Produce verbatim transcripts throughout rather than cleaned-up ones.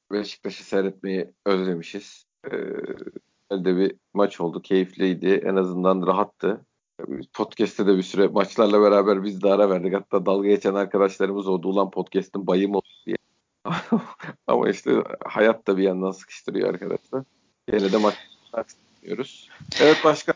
Beşiktaş'ı seyretmeyi özlemişiz. Ee, Elde bir maç oldu. Keyifliydi. En azından rahattı. Podcast'te de bir süre maçlarla beraber biz de ara verdik. Hatta dalga geçen arkadaşlarımız oldu. Ulan podcast'ın bayım oldu diye. Ama işte hayat da bir yandan sıkıştırıyor arkadaşlar. Yine de maçlar sıkıştırıyoruz. Evet başka.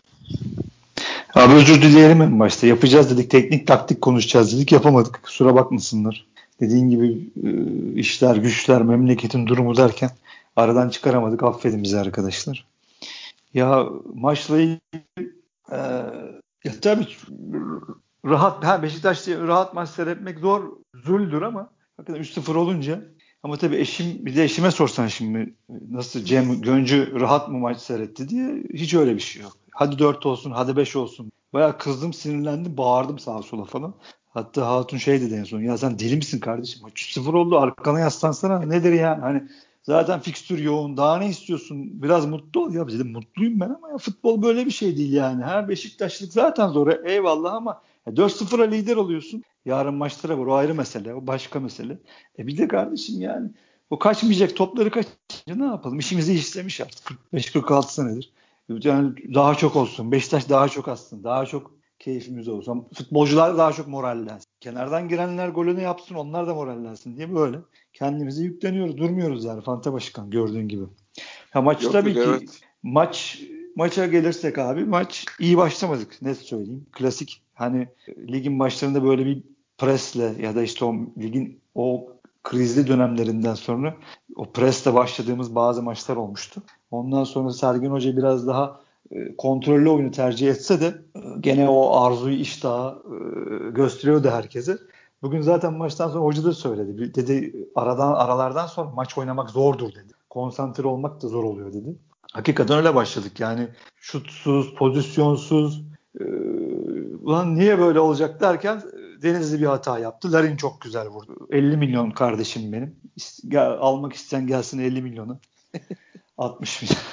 Abi özür dileyelim en başta. Yapacağız dedik. Teknik taktik konuşacağız dedik. Yapamadık. Kusura bakmasınlar. Dediğin gibi e, işler, güçler, memleketin durumu derken aradan çıkaramadık. Affedin bizi arkadaşlar. Ya maçla ilgili e, ya tabii rahat, ha Beşiktaş'ta rahat maç seyretmek zor, zuldür ama hakikaten üç sıfır olunca ama tabii eşim, bir de eşime sorsan şimdi nasıl Cem Göncü rahat mı maç seyretti diye, hiç öyle bir şey yok. Hadi dört olsun, hadi beş olsun. Bayağı kızdım, sinirlendim, bağırdım sağa sola falan. Hatta Hatun şey dedi en son, ya sen deli misin kardeşim? Maç üç sıfır oldu, arkana yaslansana, nedir yani? Hani zaten fikstür yoğun, daha ne istiyorsun? Biraz mutlu ol ya. Dedim mutluyum ben ama ya futbol böyle bir şey değil yani. Her Beşiktaşlık zaten zor, eyvallah ama dört sıfıra lider oluyorsun. Yarın maçlara var. O ayrı mesele. O başka mesele. E bir de kardeşim yani o kaçmayacak topları kaçınca ne yapalım? İşimizi işlemiş artık. kırk beş kırk altı senedir. Yani daha çok olsun. Beşiktaş daha çok atsın. Daha çok keyfimiz olsun. Futbolcular daha çok morallensin. Kenardan girenler golünü yapsın. Onlar da morallensin diye böyle. Kendimize yükleniyoruz. Durmuyoruz yani. Fanta Başkan gördüğün gibi. Ha, maç Yok yok tabii ki evet. maç maça gelirsek abi, maç iyi başlamadık, net söyleyeyim. Klasik hani ligin başlarında böyle bir presle ya da işte o ligin o krizli dönemlerinden sonra o presle başladığımız bazı maçlar olmuştu. Ondan sonra Sergen Hoca biraz daha e, kontrollü oyunu tercih etse de e, gene o arzuyu, iştahı e, gösteriyordu herkese. Bugün zaten maçtan sonra hoca da söyledi. Bir, dedi aradan aralardan sonra maç oynamak zordur dedi. Konsantre olmak da zor oluyor dedi. Hakikaten öyle başladık. Yani şutsuz, pozisyonsuz, e, ulan niye böyle olacak derken Denizli bir hata yaptı. Larin çok güzel vurdu. elli milyon kardeşim benim. Gel, almak isteyen gelsin elli milyonu. altmış milyon.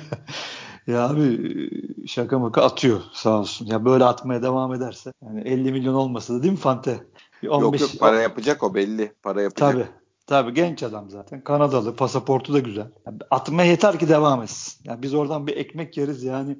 Ya abi şaka maka atıyor sağ olsun. Ya böyle atmaya devam ederse. Yani elli milyon olmasa da, değil mi Fante? Bir Yok on beş yok para yapacak o belli. Para tabii. yapacak. Tabii genç adam zaten. Kanadalı, pasaportu da güzel. Yani atmaya yeter ki devam etsin. Yani biz oradan bir ekmek yeriz yani.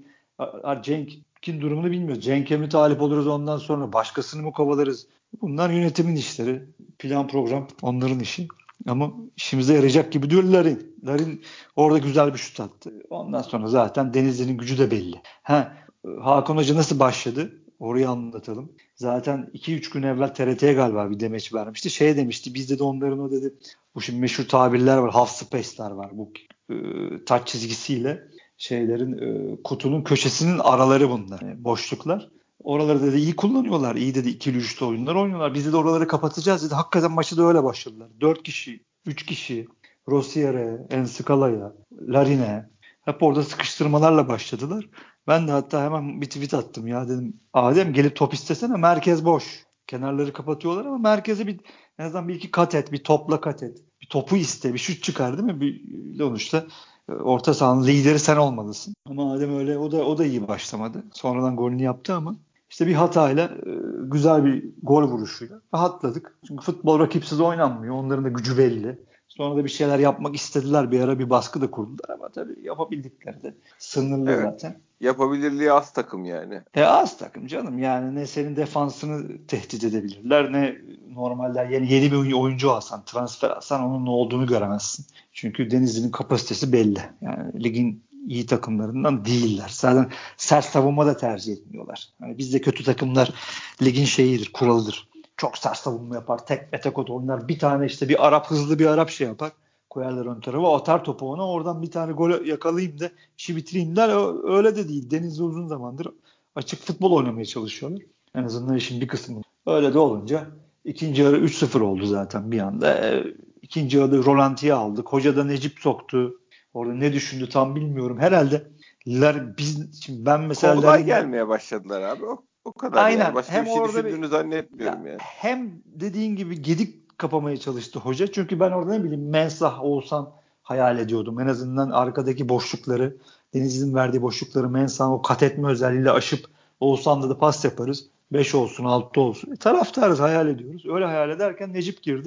Cenk'in durumunu bilmiyoruz. Cenk'e mi talip oluruz ondan sonra? Başkasını mı kovalarız? Bunlar yönetimin işleri. Plan program onların işi. Ama işimize yarayacak gibi diyor Larin. Larin orada güzel bir şut attı. Ondan sonra zaten Denizli'nin gücü de belli. Ha, Hakan Hoca nasıl başladı? Orayı anlatalım. Zaten iki üç gün evvel T R T'ye galiba bir demeç vermişti. Şey demişti, bizde de onların o dedi, bu şimdi meşhur tabirler var, half space'ler var, bu e, taç çizgisiyle şeylerin e, kutunun köşesinin araları bunlar. E, boşluklar. Oraları dedi iyi kullanıyorlar. İyi dedi, ikili üçlü oyunlar oynuyorlar. Biz de oraları kapatacağız dedi. Hakikaten maçı da öyle başladılar. Dört kişi, üç kişi, Rossier'e, Ensikala'ya, Larine hep orada sıkıştırmalarla başladılar. Ben de hatta hemen bir tweet attım, ya dedim Adem gelip top istesene, merkez boş. Kenarları kapatıyorlar ama merkeze bir, en azından bir iki kat et, bir topla kat et. Bir topu iste, bir şut çıkar değil mi? Bir, sonuçta e, orta sahanın lideri sen olmalısın. Ama Adem öyle, o da o da iyi başlamadı. Sonradan golünü yaptı ama işte bir hatayla e, güzel bir gol vuruşuyla rahatladık. Çünkü futbol rakipsiz oynanmıyor. Onların da gücü belli. Sonra da bir şeyler yapmak istediler. Bir ara bir baskı da kurdular ama tabii yapabildikleri de sınırlı Evet. zaten. Yapabilirliği az takım yani. E az takım canım, yani ne senin defansını tehdit edebilirler, ne normaller, yani yeni bir oyuncu alsan, transfer alsan onun ne olduğunu göremezsin. Çünkü Denizli'nin kapasitesi belli. Yani ligin iyi takımlarından değiller. Zaten sert savunma da tercih etmiyorlar. Yani bizde kötü takımlar ligin şeyidir, kuralıdır. Çok sert savunma yapar, tek ve tek oynar. Bir tane işte bir Arap, hızlı bir Arap şey yapar. Koyarlar ön tarafa, atar topu ona. Oradan bir tane gol yakalayayım da işi bitireyim der. Öyle de değil. Denizli uzun zamandır açık futbol oynamaya çalışıyorlar. En azından işin bir kısmı. Öyle de olunca ikinci yarı üç sıfır oldu zaten bir anda. E, ikinci yarıda Rolanti'yi aldık. Hoca da Necip soktu. Orada ne düşündü tam bilmiyorum. Herhalde Lar, biz, şimdi ben mesela Kolay Larin'le gelmeye başladılar abi. O, o kadar yani. aynen, Başka bir hem şey orada bir, düşündüğünü zannetmiyorum ya yani. hem dediğin gibi gedik kapamaya çalıştı hoca. Çünkü ben orada ne bileyim Mensah, Oğuzhan hayal ediyordum. En azından arkadaki boşlukları, Denizli'nin verdiği boşlukları Mensah'ın o kat etme özelliğiyle aşıp Oğuzhan'da da pas yaparız. beş olsun, altı olsun. E, taraftarız, hayal ediyoruz. Öyle hayal ederken Necip girdi.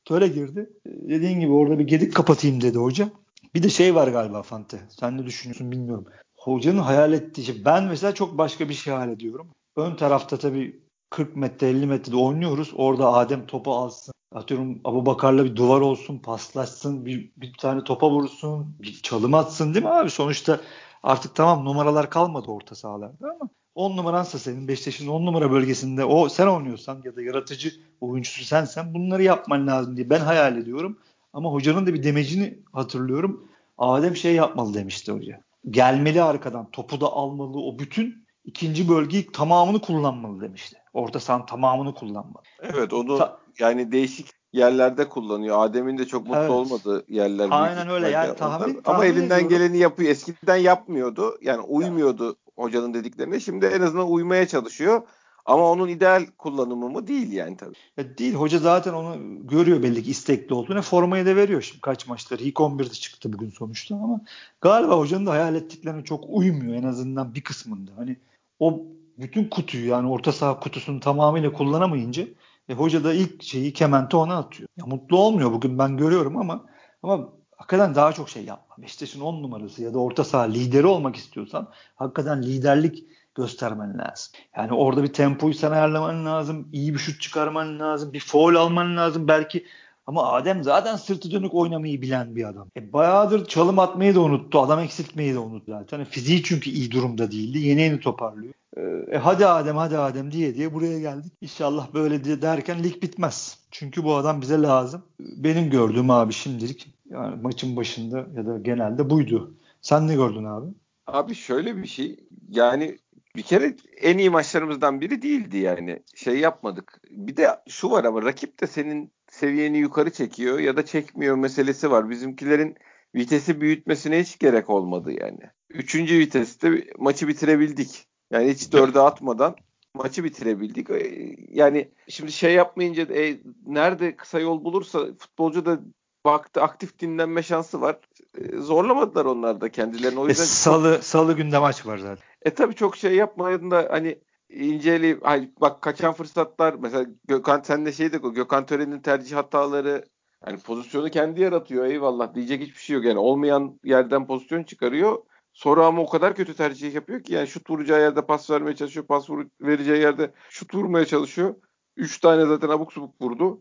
töre girdi. Dediğin gibi orada bir gedik kapatayım dedi hoca. Bir de şey var galiba Fante. Sen ne düşünüyorsun bilmiyorum. Hocanın hayal ettiği şey. Ben mesela çok başka bir şey hayal ediyorum. Ön tarafta tabii kırk metre elli metrede oynuyoruz. Orada Adem topu alsın. Atıyorum Abubakar'la bir duvar olsun, paslaşsın, bir, bir tane topa vursun, bir çalım atsın değil mi abi? Sonuçta artık tamam numaralar kalmadı orta sahalarda ama on numaransa senin Beşiktaş'ın on numara bölgesinde o sen oynuyorsan ya da yaratıcı oyuncusu sensen bunları yapman lazım diye ben hayal ediyorum. Ama hocanın da bir demecini hatırlıyorum. Adem şey yapmalı demişti hoca. Gelmeli arkadan topu da almalı o bütün ikinci bölgeyi tamamını kullanmalı demişti. Orta sahanın tamamını kullanmalı. Evet, onu Ta- yani değişik yerlerde kullanıyor. Adem'in de çok mutlu evet. olmadığı yerler büyük Aynen öyle. ihtimalle Yani onlar. tahmin Ama tahmin elinden ediyorum. geleni yapıyor. Eskiden yapmıyordu. Yani Ya, uymuyordu hocanın dediklerine. Şimdi en azından uymaya çalışıyor. Ama onun ideal kullanımı mı değil yani tabii. ya değil hoca zaten onu görüyor belli ki istekli olduğunu. Formayı da veriyor şimdi kaç maçları. İlk on birde çıktı bugün sonuçta ama galiba hocanın da hayal ettiklerine çok uymuyor en azından bir kısmında. Hani o bütün kutuyu yani orta saha kutusunu tamamıyla kullanamayınca e, hoca da ilk şeyi kementi ona atıyor. Ya, mutlu olmuyor bugün ben görüyorum ama ama hakikaten daha çok şey yapma. Beşiktaş'ın on numarası ya da orta saha lideri olmak istiyorsan hakikaten liderlik göstermen lazım. Yani orada bir tempoyu sen ayarlaman lazım. İyi bir şut çıkarman lazım. Bir foul alman lazım belki. Ama Adem zaten sırtı dönük oynamayı bilen bir adam. E bayağıdır çalım atmayı da unuttu. Adam eksiltmeyi de unuttu zaten. E fiziği çünkü iyi durumda değildi. Yeni yeni toparlıyor. E, hadi Adem hadi Adem diye diye buraya geldik. İnşallah böyle diye derken lig bitmez. Çünkü bu adam bize lazım. Benim gördüğüm abi şimdilik yani maçın başında ya da genelde buydu. Sen ne gördün abi? Abi şöyle bir şey. Yani bir kere en iyi maçlarımızdan biri değildi yani. Şey yapmadık. Bir de şu var ama rakip de senin seviyeni yukarı çekiyor ya da çekmiyor meselesi var. Bizimkilerin vitesi büyütmesine hiç gerek olmadı yani. Üçüncü viteste maçı bitirebildik. Yani hiç dörde atmadan maçı bitirebildik. E, Yani şimdi şey yapmayınca e, nerede kısa yol bulursa futbolcu da baktı aktif dinlenme şansı var. E, zorlamadılar onlar da kendilerini. O E, yüzden çok salı salı günde maç var zaten. e tabii çok şey yapmayın da hani inceleyip ay, bak kaçan fırsatlar mesela Gökhan sen de şey de Gökhan Tören'in tercih hataları yani pozisyonu kendi yaratıyor eyvallah diyecek hiçbir şey yok yani olmayan yerden pozisyon çıkarıyor. Sonra ama o kadar kötü tercih yapıyor ki yani şut vuracağı yerde pas vermeye çalışıyor. Pas vur, vereceği yerde şut vurmaya çalışıyor. Üç tane zaten abuk subuk vurdu.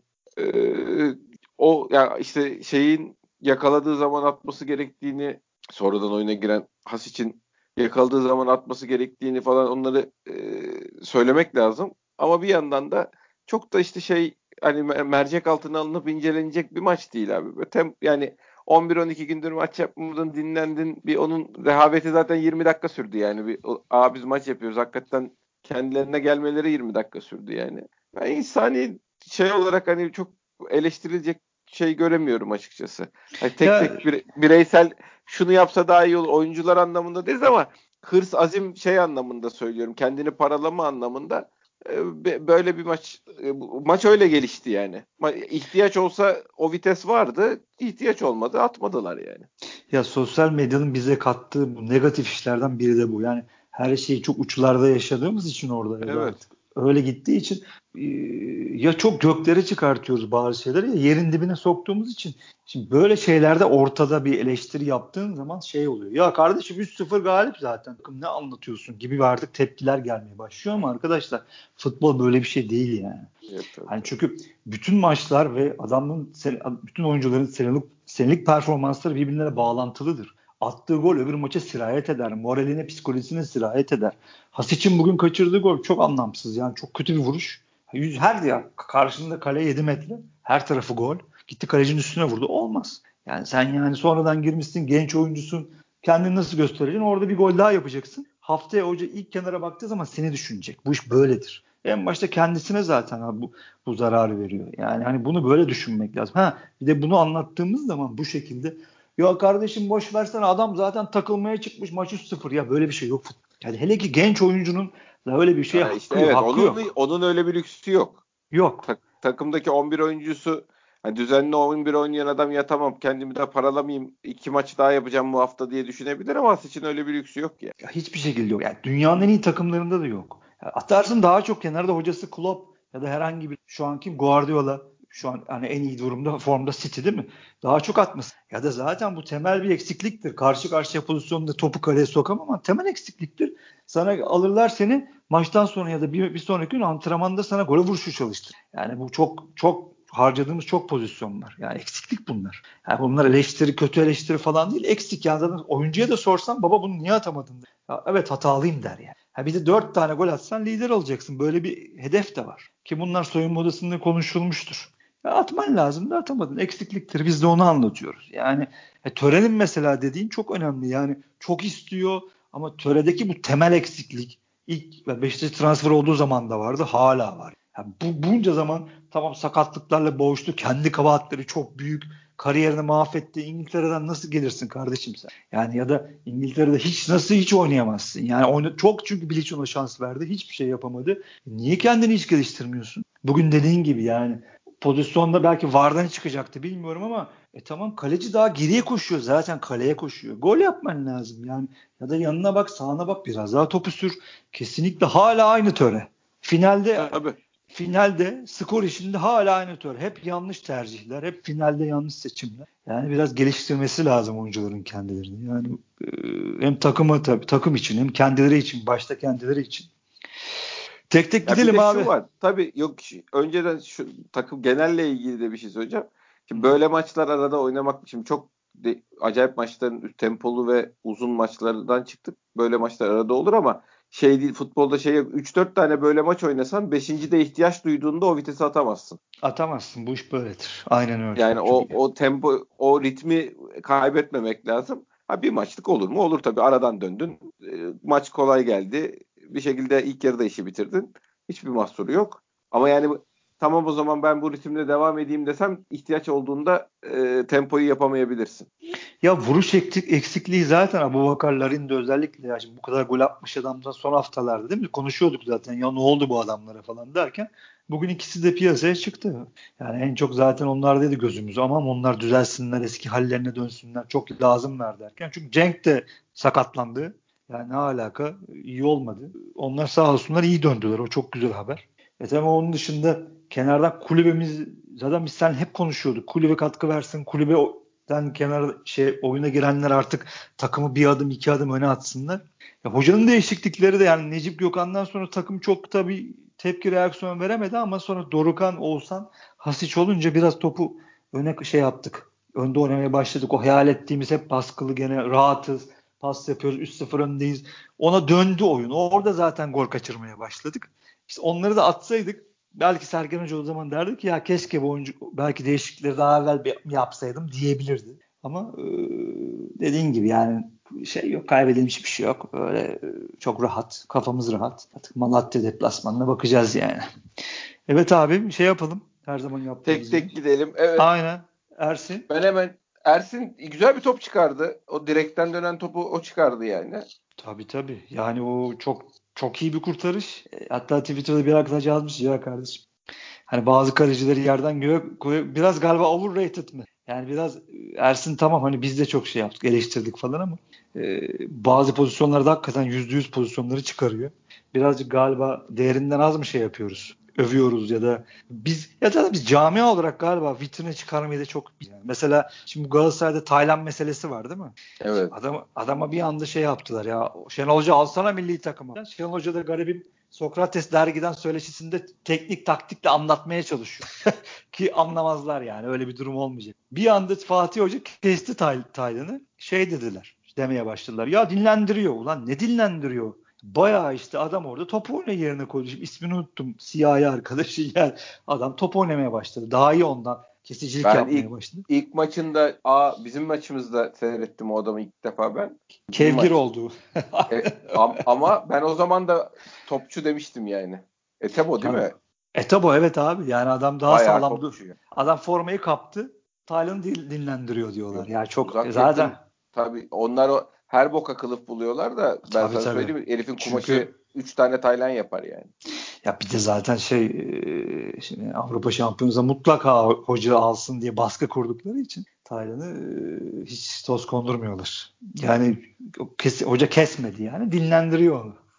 Ee, o ya işte şeyin yakaladığı zaman atması gerektiğini sonradan oyuna giren Has için yakaladığı zaman atması gerektiğini falan onları e, söylemek lazım. Ama bir yandan da çok da işte şey hani mer- mercek altına alınıp incelenecek bir maç değil abi. Böyle Tem, yani on bir on iki gündür maç yapmadın, dinlendin. Bir onun rehaveti zaten yirmi dakika sürdü yani. Bir o, Aa biz maç yapıyoruz. Hakikaten kendilerine gelmeleri yirmi dakika sürdü yani. Ben insani şey olarak hani çok eleştirilecek şey göremiyorum açıkçası. Hani tek Ya tek bire- bireysel şunu yapsa daha iyi olur. Oyuncular anlamında değil ama hırs, azim şey anlamında söylüyorum. Kendini paralama anlamında e, be- böyle bir maç e, bu- maç öyle gelişti yani. Ma- İhtiyaç olsa o vites vardı. İhtiyaç olmadı. Atmadılar yani. ya sosyal medyanın bize kattığı bu negatif işlerden biri de bu. Yani her şeyi çok uçlarda yaşadığımız için orada ya da Evet. artık öyle gittiği için e, ya çok göklere çıkartıyoruz bazı şeyleri ya yerin dibine soktuğumuz için. Şimdi böyle şeylerde ortada bir eleştiri yaptığın zaman şey oluyor. Ya kardeşim üç sıfır galip zaten. Ne anlatıyorsun gibi artık tepkiler gelmeye başlıyor ama arkadaşlar futbol böyle bir şey değil yani. Evet, tabii, Hani tabii. çünkü bütün maçlar ve adamın bütün oyuncuların senelik, senelik performansları birbirine bağlantılıdır. Attığı gol öbür maça sirayet eder. Moraline, psikolojisine sirayet eder. Hasic'in bugün kaçırdığı gol çok anlamsız. Yani çok kötü bir vuruş. Yüz, her ya karşında kale yedi metre. Her tarafı gol. Gitti kalecinin üstüne vurdu. Olmaz. Yani sen yani sonradan girmişsin, genç oyuncusun. Kendini nasıl göstereceksin? Orada bir gol daha yapacaksın. Haftaya hoca ilk kenara baktığı zaman seni düşünecek. Bu iş böyledir. En başta kendisine zaten abi bu, bu zararı veriyor. Yani hani bunu böyle düşünmek lazım. Ha bir de bunu anlattığımız zaman bu şekilde ya kardeşim boş versene adam zaten takılmaya çıkmış maç üç sıfır ya böyle bir şey yok. Yani hele ki genç oyuncunun da öyle bir şeye Ha, işte hakkı evet hakkı onun yok. onun öyle bir lüksü yok. Yok. Tak- takımdaki on bir oyuncusu hani düzenli on bir oynayan adam ya tamam kendimi de paralamayayım iki maç daha yapacağım bu hafta diye düşünebilir ama için öyle bir lüksü yok ya. Ya hiçbir şekilde yok. Yani dünyanın en iyi takımlarında da yok. Ya atarsın daha çok kenarda hocası Klopp ya da herhangi bir şu anki Guardiola. Şu an hani en iyi durumda formda City değil mi? Daha çok atması. Ya da zaten bu temel bir eksikliktir. Karşı karşıya pozisyonda topu kaleye sokamam ama temel eksikliktir. Sana alırlar seni maçtan sonra ya da bir, bir sonraki gün antrenmanda sana gol vuruşu çalıştır. Yani bu çok çok harcadığımız çok pozisyon var. Yani eksiklik bunlar. Yani bunlar eleştiri, kötü eleştiri falan değil. Eksik yani zaten oyuncuya da sorsam baba bunu niye atamadın der. Ya evet hatalıyım der yani. Ha bir de dört tane gol atsan lider olacaksın. Böyle bir hedef de var. Ki bunlar soyunma odasında konuşulmuştur. Ya atman lazım da atamadın. Eksikliktir. Biz de onu anlatıyoruz. Yani e, törenin mesela dediğin çok önemli. Yani çok istiyor ama töredeki bu temel eksiklik ilk Beşiktaş transfer olduğu zaman da vardı. Hala var. Yani bu, bunca zaman tamam sakatlıklarla boğuştu. Kendi kabahatleri çok büyük. Kariyerini mahvetti. İngiltere'den nasıl gelirsin kardeşim sen? Yani ya da İngiltere'de hiç nasıl hiç oynayamazsın? Yani oyna, çok çünkü Bilic ona şans verdi. Hiçbir şey yapamadı. Niye kendini hiç geliştirmiyorsun? Bugün dediğin gibi yani pozisyonda belki vardan çıkacaktı bilmiyorum ama e tamam kaleci daha geriye koşuyor zaten kaleye koşuyor. Gol yapman lazım yani ya da yanına bak sağına bak biraz daha topu sür. Kesinlikle hala aynı töre. Finalde Tabii. finalde skor işinde hala aynı töre. Hep yanlış tercihler, hep finalde yanlış seçimler. Yani biraz geliştirmesi lazım oyuncuların kendilerini. Yani e, hem takımı tabii takım için hem kendileri için, başta kendileri için. Tek tek Ya bir gidelim de şu abi. var. Tabii yok önceden şu takım genelle ilgili de bir şey söyleyeceğim. Hı Şimdi hı. böyle maçlar arada oynamak şimdi çok de, acayip maçların tempolu ve uzun maçlardan çıktık. Böyle maçlar arada olur ama şey değil futbolda şey yok. üç dört tane böyle maç oynasan beşinci de ihtiyaç duyduğunda o vitesi atamazsın. Atamazsın. Bu iş böyledir. Aynen öyle. Yani Çok o o tempo o ritmi kaybetmemek lazım. Ha bir maçlık olur mu? Olur tabii. Aradan döndün. E, maç kolay geldi. Bir şekilde ilk yarıda işi bitirdin. Hiçbir mahsuru yok. Ama yani tamam o zaman ben bu ritimle devam edeyim desem ihtiyaç olduğunda e, tempoyu yapamayabilirsin. Ya vuruş eksik, eksikliği zaten Abubakarların da özellikle ya şimdi bu kadar gol atmış adamdan son haftalarda değil mi? Konuşuyorduk zaten ya ne oldu bu adamlara falan derken bugün ikisi de piyasaya çıktı. Yani en çok zaten onlardaydı gözümüz ama onlar düzelsinler eski hallerine dönsünler çok lazımlar derken. Çünkü Cenk de sakatlandı. Yani ne alaka iyi olmadı. Onlar sağ olsunlar iyi döndüler o çok güzel haber. E tabii onun dışında kenardan kulübemiz zaten biz sen hep konuşuyorduk. Kulübe katkı versin, kulübe den kenar şey oyuna girenler artık takımı bir adım iki adım öne atsınlar. Ya, hocanın değişiklikleri de yani Necip Gökhan'dan sonra takım çok tabii tepki reaksiyon veremedi ama sonra Dorukhan, Oğuzhan, Hasic olunca biraz topu öne şey yaptık. Önde oynamaya başladık. O hayal ettiğimiz hep baskılı gene rahatız. Pas yapıyoruz. üç sıfır öndeyiz. Ona döndü oyun. Orada zaten gol kaçırmaya başladık. İşte onları da atsaydık belki Sergen Hoca o zaman derdi ki ya keşke bu oyuncu belki değişiklikleri daha evvel bir yapsaydım diyebilirdi. Ama e, dediğin gibi yani şey yok kaybedilmiş bir şey yok. Öyle e, çok rahat. Kafamız rahat. Artık Malatya deplasmanına bakacağız yani. Evet abi şey yapalım. Her zaman Tek yaptığımız gibi. tek gidelim. Evet. Aynen. Ersin. Ben hemen Ersin güzel bir top çıkardı. O direkten dönen topu o çıkardı yani. Tabii tabii. Yani o çok çok iyi bir kurtarış. E, Hatta Twitter'da bir arkadaş yazmış ya kardeşim. Hani bazı kalecileri yerden göğe koyuyor. Biraz galiba overrated mi? Yani biraz Ersin tamam hani biz de çok şey yaptık eleştirdik falan ama e, bazı pozisyonlarda hakikaten yüzde yüz pozisyonları çıkarıyor. Birazcık galiba değerinden az mı şey yapıyoruz? Övüyoruz ya da biz ya da biz camia olarak galiba vitrine çıkarmayı da çok yani. Mesela şimdi Galatasaray'da Taylan meselesi var değil mi? Evet. Adam, adama bir anda şey yaptılar ya Şenol Hoca alsana milli takıma. Şenol Hoca da garibim Sokrates dergiden söyleşisinde teknik taktikle anlatmaya çalışıyor. Ki anlamazlar yani öyle bir durum olmayacak. Bir anda Fatih Hoca kesti Tay- Taylan'ı şey dediler demeye başladılar. Ya dinlendiriyor ulan ne dinlendiriyor? Bayağı işte adam orada top oyna yerine koydu. Şimdi ismini unuttum. Siyahi arkadaşı yani adam top oynamaya başladı. Daha iyi ondan kesicilik Ben yapmaya ilk başladı. ilk maçında a bizim maçımızda seyrettim o adamı ilk defa ben. Bizim Kevgir maç. oldu. E, am- ama ben o zaman da topçu demiştim yani. Etebo değil Tabii. mi? Etabo evet abi. Yani adam daha Bayağı sağlam. dur- topçu ya. Adam formayı kaptı. Taylan'ı din- dinlendiriyor diyorlar. Yok, Yani çok uzak zaten yakın tabii onlar o her boka kılıf buluyorlar da ben tabii sana tabii. söyleyeyim mi? Herifin kumaşı Çünkü üç tane Taylan yapar yani. ya bir de zaten şey e, şimdi Avrupa Şampiyonası'na mutlaka hoca alsın diye baskı kurdukları için Taylan'ı e, hiç toz kondurmuyorlar. Yani o kes, hoca kesmedi yani dinlendiriyor onu.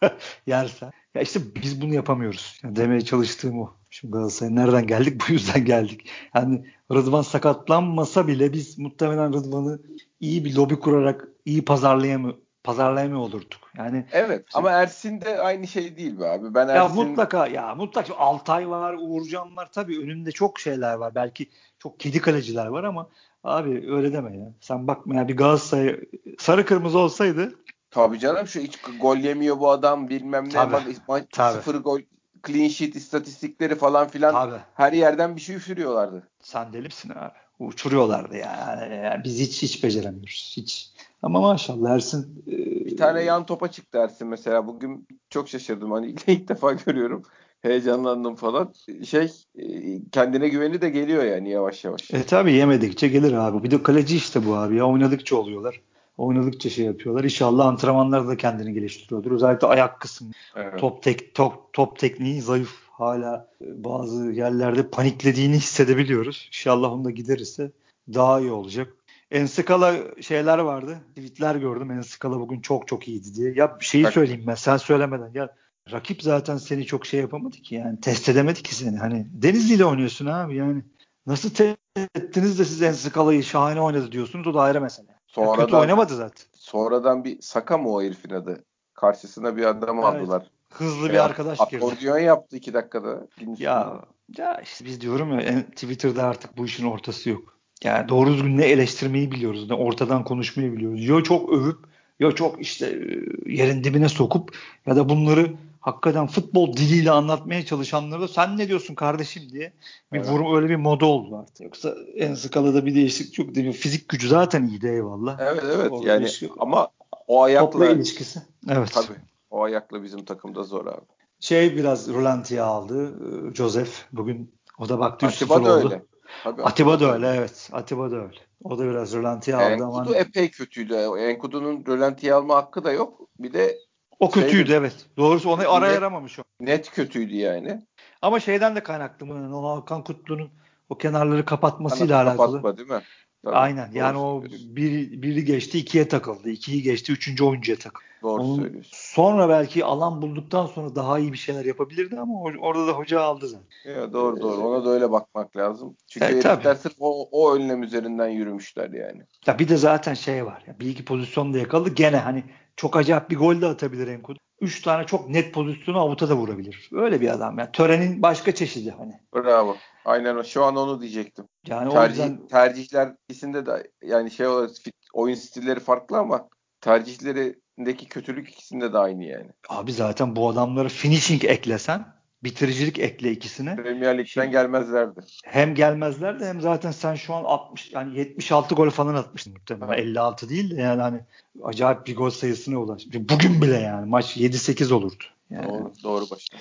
yersen. Ya işte biz bunu yapamıyoruz. Yani demeye çalıştığım o. Şimdi Galatasaray'a nereden geldik? Bu yüzden geldik. Yani Rıdvan sakatlanmasa bile biz muhtemelen Rıdvan'ı iyi bir lobi kurarak iyi pazarlayamıyor, pazarlayamıyor olurduk. Yani Evet işte, ama Ersin de aynı şey değil be abi. Ben ya Ersin mutlaka ya mutlaka Altay var, Uğurcan var. Tabii önünde çok şeyler var. Belki çok kedi kaleciler var ama abi öyle deme ya. Sen bakma ya, bir Galatasaray sarı kırmızı olsaydı tabii canım, şu hiç gol yemiyor bu adam bilmem ne. tabii Bak ma- tabii sıfır gol, clean sheet istatistikleri falan filan, tabii. her yerden bir şey üfürüyorlardı. Sen deli misin abi? Uçuruyorlardı yani. Yani biz hiç hiç beceremiyoruz. Hiç. Ama maşallah Ersin e, Bir tane yan topa çıktı Ersin mesela. Bugün çok şaşırdım. Hani ilk, ilk defa görüyorum. Heyecanlandım falan. Şey, e, kendine güveni de geliyor yani yavaş yavaş. e tabii yemedikçe gelir abi. Bir de kaleci işte bu abi ya. Oynadıkça oluyorlar. Oynadıkça şey yapıyorlar. İnşallah antrenmanlarda da kendini geliştiriyordur. Özellikle ayak kısmı. Evet. Top tek top, top tekniği zayıf. Hala e, bazı yerlerde paniklediğini hissedebiliyoruz. İnşallah onu da giderirse daha iyi olacak. Enskala şeyler vardı. Tweetler gördüm. Enskala bugün çok çok iyiydi diye. Ya bir şeyi Bak, söyleyeyim ben sen söylemeden. Ya rakip zaten seni çok şey yapamadı ki yani. Test edemedi ki seni. Hani Denizli ile oynuyorsun abi yani. Nasıl test ettiniz de siz Enskalayı şahane oynadı diyorsunuz. O da ayrı mesele. Ya kötü sonradan oynamadı zaten. sonradan bir Saka mı o herifin adı? Karşısına bir adam Evet. aldılar. Hızlı E, bir arkadaş girdi. akordiyon yaptı iki dakikada ligin üstünde. Ya, ya işte biz diyorum ya en- Twitter'da artık bu işin ortası yok. Yani doğru düzgün ne eleştirmeyi biliyoruz ne ortadan konuşmayı biliyoruz. Ya çok övüp ya çok işte e, yerin dibine sokup ya da bunları hakikaten futbol diliyle anlatmaya çalışanlara da sen ne diyorsun kardeşim diye bir Evet. vurum, öyle bir moda oldu artık. Yoksa en skalada bir değişiklik yok değil mi? Fizik gücü zaten iyiydi eyvallah. Evet evet Orada bir yani, şey, ama o topla ayakla, ilişkisi. Evet. tabii o ayakla bizim takımda zor abi. Şey biraz rölantiye aldı. e, Joseph bugün o da baktı üç sıfır Atiba da öyle. oldu. Tabii Atiba Atiba da da öyle öyle. evet. Atiba da öyle. O da biraz rölantiye aldı ama Enkudu epey kötüydü. Enkudu'nun rölantiye alma hakkı da yok. Bir de o şey de kötüydü evet. Doğrusu onu ara net yaramamış o. net kötüydü yani. Ama şeyden de kaynaklı mı? O Hakan Kutlu'nun o kenarları Kanat kapatmasıyla alakalı. kapatma değil mi? Tabii. Aynen. Doğru Yani o söylüyorsun. biri, biri geçti ikiye takıldı. İkiyi geçti üçüncü oyuncuya takıldı. Doğru Onun söylüyorsun. sonra belki alan bulduktan sonra daha iyi bir şeyler yapabilirdi ama or- orada da hoca aldı zaten. Ya, Ee, doğru doğru. Ona da öyle bakmak lazım. Çünkü e, tabii. herifler sırf o, o önlem üzerinden yürümüşler yani. Ya bir de zaten şey var. Ya bir iki pozisyonda yakaladı. Gene hani çok acayip bir gol de atabilir Enkudu. Üç tane çok net pozisyonu avuta da vurabilir. Öyle bir adam ya. Törenin başka çeşidi hani. Bravo. Aynen o. Şu an onu diyecektim. Yani o Tercih yüzden tercihler ikisinde de yani şey olarak fit- oyun stilleri farklı ama tercihlerindeki kötülük ikisinde de aynı yani. abi zaten bu adamları finishing eklesen, bitiricilik ekle ikisine. Premier Lig'den Şey, gelmezlerdi. hem gelmezler de hem zaten sen şu an altmış yani yetmiş altı gol falan atmışsın muhtemelen. Tabii. elli altı değil de yani hani acayip bir gol sayısına ulaşmış. Bugün bile yani maç yedi sekiz olurdu. Yani Doğru, doğru başkan.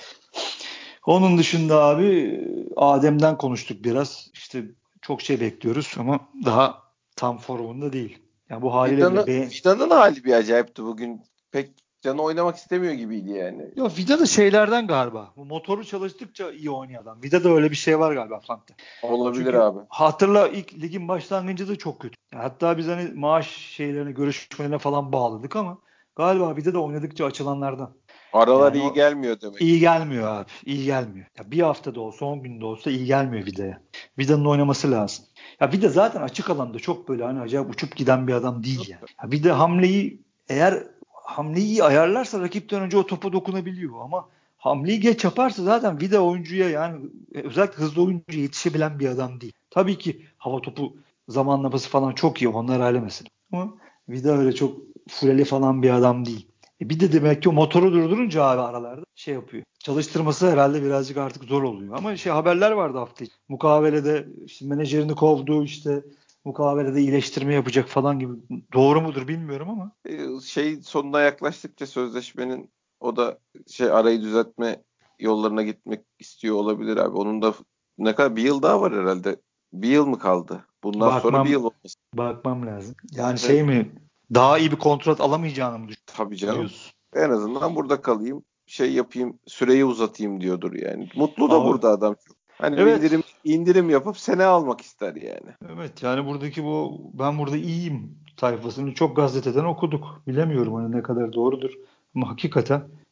onun dışında abi Adem'den konuştuk biraz. İşte çok şey bekliyoruz ama daha tam formunda değil. Yani bu haliyle bile Vida'nın beğen... Vida'nın hali bir acayipti bugün. Pek canı oynamak istemiyor gibiydi yani. Ya Vida da şeylerden galiba. Bu motoru çalıştıkça iyi oynuyor adam. Vida da öyle bir şey var galiba Frank'ta. Olabilir Çünkü abi. hatırla ilk ligin başlangıcı da çok kötü. Hatta biz hani maaş şeylerine, görüşmelerine falan bağladık ama galiba Vida da oynadıkça açılanlardan. Aralar Yani iyi o gelmiyor demek iyi ki. gelmiyor abi. İyi gelmiyor. Ya bir haftada olsa on günde olsa iyi gelmiyor Vida'ya. Vida'nın oynaması lazım. Ya Vida zaten açık alanda çok böyle hani acayip uçup giden bir adam değil yani. Ya bir de hamleyi eğer hamleyi iyi ayarlarsa rakipten önce o topa dokunabiliyor ama hamleyi geç yaparsa zaten Vida oyuncuya yani özellikle hızlı oyuncuya yetişebilen bir adam değil. Tabii ki hava topu zamanlaması falan çok iyi. Onlar ayrı mesele. Ama Vida öyle çok fuleli falan bir adam değil. E bir de demek ki o motoru durdurunca abi aralarda şey yapıyor. Çalıştırması herhalde birazcık artık zor oluyor. Ama şey haberler vardı hafta içi. Mukavelede işte menajerini kovdu işte mukavelede iyileştirme yapacak falan gibi. Doğru mudur bilmiyorum ama. Ee, Şey, sonuna yaklaştıkça sözleşmenin, o da şey, arayı düzeltme yollarına gitmek istiyor olabilir abi. Onun da ne kadar, bir yıl daha var herhalde. Bir yıl mı kaldı? Bundan sonra bir yıl Bakmam olması. bakmam lazım. Yani Evet, şey mi daha iyi bir kontrat alamayacağını mı tabii canım. diyorsun? En azından burada kalayım, şey yapayım, süreyi uzatayım diyordur yani. Mutlu da Ama burada adam. Hani bir evet. indirim indirim yapıp sene almak ister yani. Evet yani buradaki bu ben burada iyiyim tayfasını çok gazeteden okuduk. Bilemiyorum hani ne kadar doğrudur ama hakikaten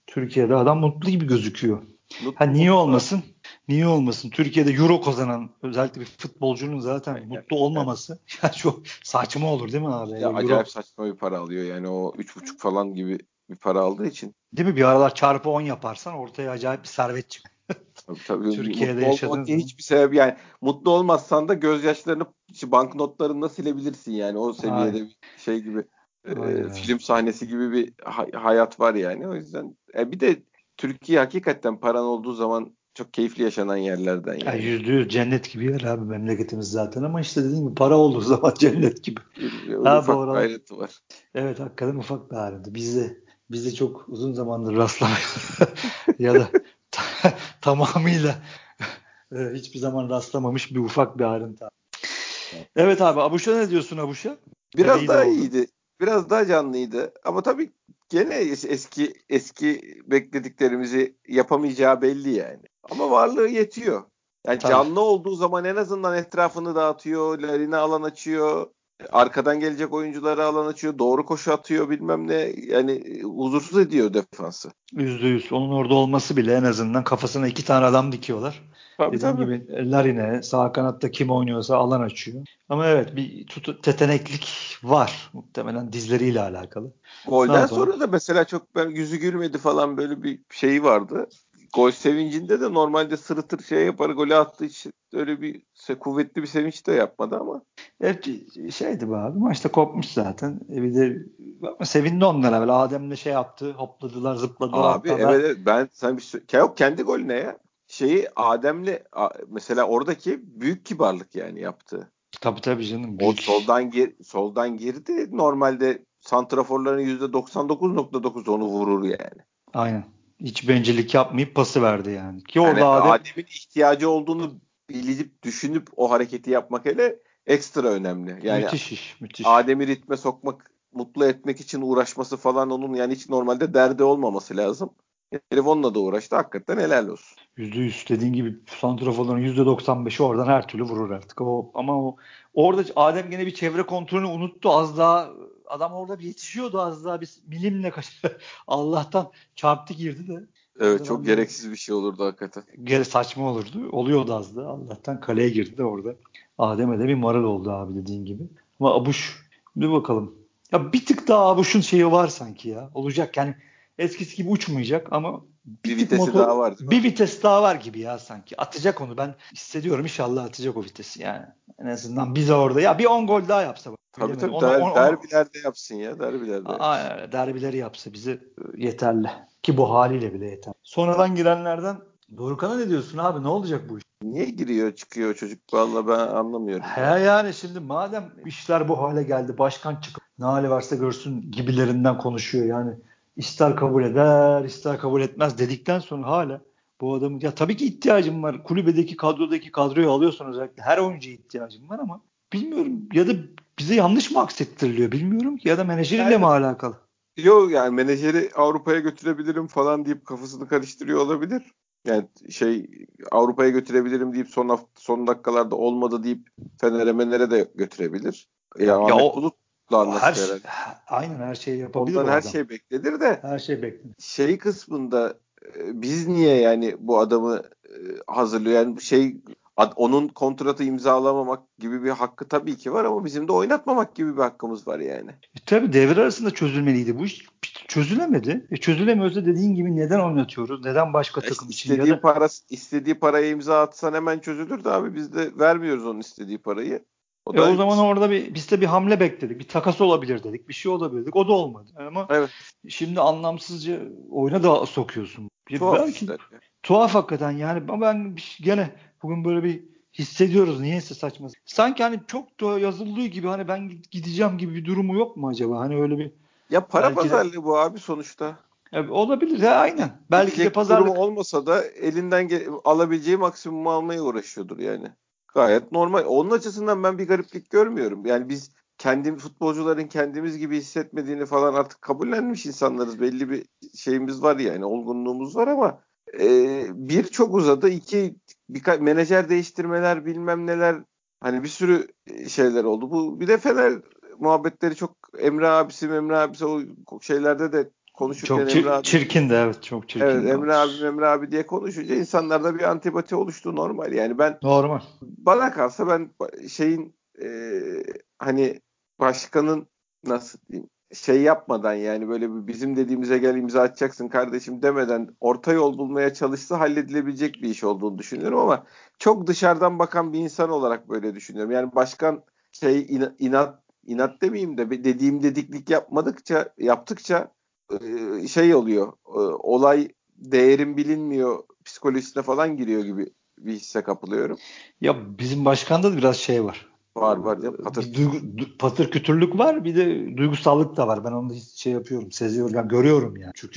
Türkiye'de adam mutlu gibi gözüküyor. Ha Mutlu niye mutlu. olmasın? Niye olmasın? Türkiye'de Euro kazanan özellikle bir futbolcunun zaten Aynen. mutlu Evet. olmaması ya çok saçma olur değil mi abi? Ya Hele acayip Euro saçma bir para alıyor yani o üç buçuk falan gibi bir para aldığı için. değil mi? Bir aralar çarpı on yaparsan ortaya acayip bir servet çıkıyor. Tabii tabii bir Türkiye'de mutlu yaşadığın olmamak diye zaman. hiçbir sebep yani mutlu olmazsan da gözyaşlarını işte banknotlarında silebilirsin yani o seviyede Aynen. bir şey gibi Aynen e, öyle. film sahnesi gibi bir hay- hayat var yani o yüzden e, bir de Türkiye hakikaten paran olduğu zaman çok keyifli yaşanan yerlerden Ya yani. yüzde yüz cennet gibi yer abi memleketimiz zaten ama işte dediğim gibi para olduğu zaman cennet gibi. Öyle Ha bu ufak bir aralar ayrıntı var. evet hakikaten ufak bir ayrıntı. Bizde bizde çok uzun zamandır rastlamıyoruz ya da ta- tamamıyla e, hiçbir zaman rastlamamış bir ufak bir ayrıntı. Evet abi Abuş'a ne diyorsun Abuş'a? Eve Biraz iyi de daha oldu. iyiydi. Biraz daha canlıydı. Ama tabii gene eski eski beklediklerimizi yapamayacağı belli yani. Ama varlığı yetiyor. Yani Tabii. canlı olduğu zaman en azından etrafını dağıtıyor, Larin'e alan açıyor, arkadan gelecek oyunculara alan açıyor, doğru koşu atıyor bilmem ne. Yani huzursuz ediyor defansı. Yüzde yüz. Onun orada olması bile en azından kafasına iki tane adam dikiyorlar. Tabii Dediğin tabii. gibi Larine sağ kanatta kim oynuyorsa alan açıyor. Ama evet bir tutu, teteneklik var. Muhtemelen dizleriyle alakalı. Ne Golden yapalım? sonra da mesela çok ben yüzü gülmedi falan böyle bir şeyi vardı. Gol sevincinde de normalde sırıtır şey yapar golü attığı için öyle bir se- kuvvetli bir sevinç de yapmadı ama. Hep şeydi bu abi. Maçta kopmuş zaten. E bir de ama sevindi onlara böyle. Adem'le şey yaptı. Hopladılar, zıpladılar Abi hatta. Ben evet, evet ben sen bir sö- yok kendi golüne ya. Şeyi Adem'le a- mesela oradaki büyük kibarlık yani yaptığı. tabii tabii canım O büyük. soldan gir soldan girdi. Normalde santraforların yüzde doksan dokuz nokta dokuz onu vurur yani. Aynen. Hiç bencillik yapmayıp pası verdi yani. Ki Yani orada Adem Adem'in ihtiyacı olduğunu bilip düşünüp o hareketi yapmak hele ekstra önemli. Yani müthiş iş. Müthiş. Adem'i ritme sokmak, mutlu etmek için uğraşması falan onun yani hiç normalde derdi olmaması lazım. Herif onunla da uğraştı. Hakikaten helal olsun. Yüzde yüz dediğin gibi santraforların yüzde doksan beşi oradan her türlü vurur artık. O, ama o orada Adem gene bir çevre kontrolünü unuttu. Az daha adam orada bir yetişiyordu az daha bir milimle kaç. Allah'tan çarptı girdi de. Evet Yoksa çok ben de gereksiz bir şey olurdu hakikaten. geri saçma olurdu. Oluyordu az da. Allah'tan kaleye girdi de orada. Adem'e de bir maral oldu abi dediğin gibi. Ama Abuş bir bakalım. Ya bir tık daha Abuş'un şeyi var sanki ya. Olacak yani eskisi gibi uçmayacak ama Bir bir tık vitesi motor daha var değil mi? bir vites daha var gibi ya sanki. Atacak onu ben hissediyorum inşallah atacak o vitesi yani. En azından bize orada ya bir on gol daha yapsa bak. Tabii Bilemedim. tabii Onu, der, onu, onu derbilerde yapsın ya derbilerde yapsın. Aa, derbileri yapsa bize yeterli. Ki bu haliyle bile yeter. Sonradan girenlerden Dorukhan'a ne diyorsun abi? Ne olacak bu iş? Niye giriyor çıkıyor çocuk vallahi ben anlamıyorum He ya. yani şimdi madem işler bu hale geldi başkan çıkıp ne hali varsa görsün gibilerinden konuşuyor yani ister kabul eder ister kabul etmez dedikten sonra hala bu adamın ya tabii ki ihtiyacım var kulübedeki kadrodaki kadroyu alıyorsan özellikle her oyuncuya ihtiyacım var ama bilmiyorum ya da bize yanlış mı aksettiriliyor bilmiyorum ki ya da menajeriyle mi Yani alakalı? yok yani menajeri Avrupa'ya götürebilirim falan deyip kafasını karıştırıyor olabilir. Yani şey Avrupa'ya götürebilirim deyip son hafta, son dakikalarda olmadı deyip Fener'e Menere de götürebilir. Ya Ya Ahmet o Bulut'la her anlaştı herhalde. aynen her şeyi yapabilir Ondan o her adam. şey beklenir de Her şey beklenir. şey kısmında e, biz niye yani bu adamı e, hazırlıyor? Yani bu şey ad- onun kontratı imzalamamak gibi bir hakkı tabii ki var ama bizim de oynatmamak gibi bir hakkımız var yani. E, tabii devre arasında çözülmeliydi. Bu iş çözülemedi. E, çözülemiyorsa dediğin gibi neden oynatıyoruz? Neden başka Ya işte takım için? Ya istediği da para istediği paraya imza atsan hemen çözülür de abi biz de vermiyoruz onun istediği parayı. O e, da o zaman orada bir biz de bir hamle bekledik. Bir takas olabilir dedik. Bir şey olabilir dedik. O da olmadı. Ama evet şimdi anlamsızca oyuna da sokuyorsun. Bir, tuhaf belki işler ya. tuhaf hakikaten yani ama ben gene bugün böyle bir hissediyoruz. Niyeyse saçma. Sanki hani çok da yazıldığı gibi hani ben gideceğim gibi bir durumu yok mu acaba? Hani öyle bir Ya para belki de pazarlığı bu abi sonuçta. e, olabilir. Ha, aynen. Belki de Gidecek bir durumu pazarlık. olmasa da elinden ge- alabileceği maksimumu almaya uğraşıyordur yani. Gayet normal. Onun açısından ben bir gariplik görmüyorum. Yani biz kendi futbolcuların kendimiz gibi hissetmediğini falan artık kabullenmiş insanlarız. Belli bir şeyimiz var yani, olgunluğumuz var ama e, bir çok uzadı. İki birkaç menajer değiştirmeler bilmem neler hani bir sürü şeyler oldu. Bu bir de Fener muhabbetleri çok Emre abisi Emre abisi o şeylerde de konuşurken Çok Emre çir- abi çirkin de evet çok evet çirkin de Emre abi olmuş. Emre abi diye konuşunca insanlarda bir antipati oluştu normal. Yani ben Normal. bana kalsa ben şeyin e, hani başkanın nasıl diyeyim şey yapmadan yani böyle bir bizim dediğimize gel imza atacaksın kardeşim demeden orta yol bulmaya çalışsa halledilebilecek bir iş olduğunu düşünüyorum ama çok dışarıdan bakan bir insan olarak böyle düşünüyorum. Yani başkan şey ina- inat inat demeyeyim de dediğim dediklik yapmadıkça yaptıkça e, şey oluyor. E, olay değerin bilinmiyor psikolojisine falan giriyor gibi bir hisse kapılıyorum. Ya bizim başkanda da biraz şey var. Ee, Var var ya patır Bir kütür. duygu, du- patır kütürlük var, bir de duygusallık da var. Ben onu da hiç şey yapıyorum, seziyorum, yani görüyorum yani. Çünkü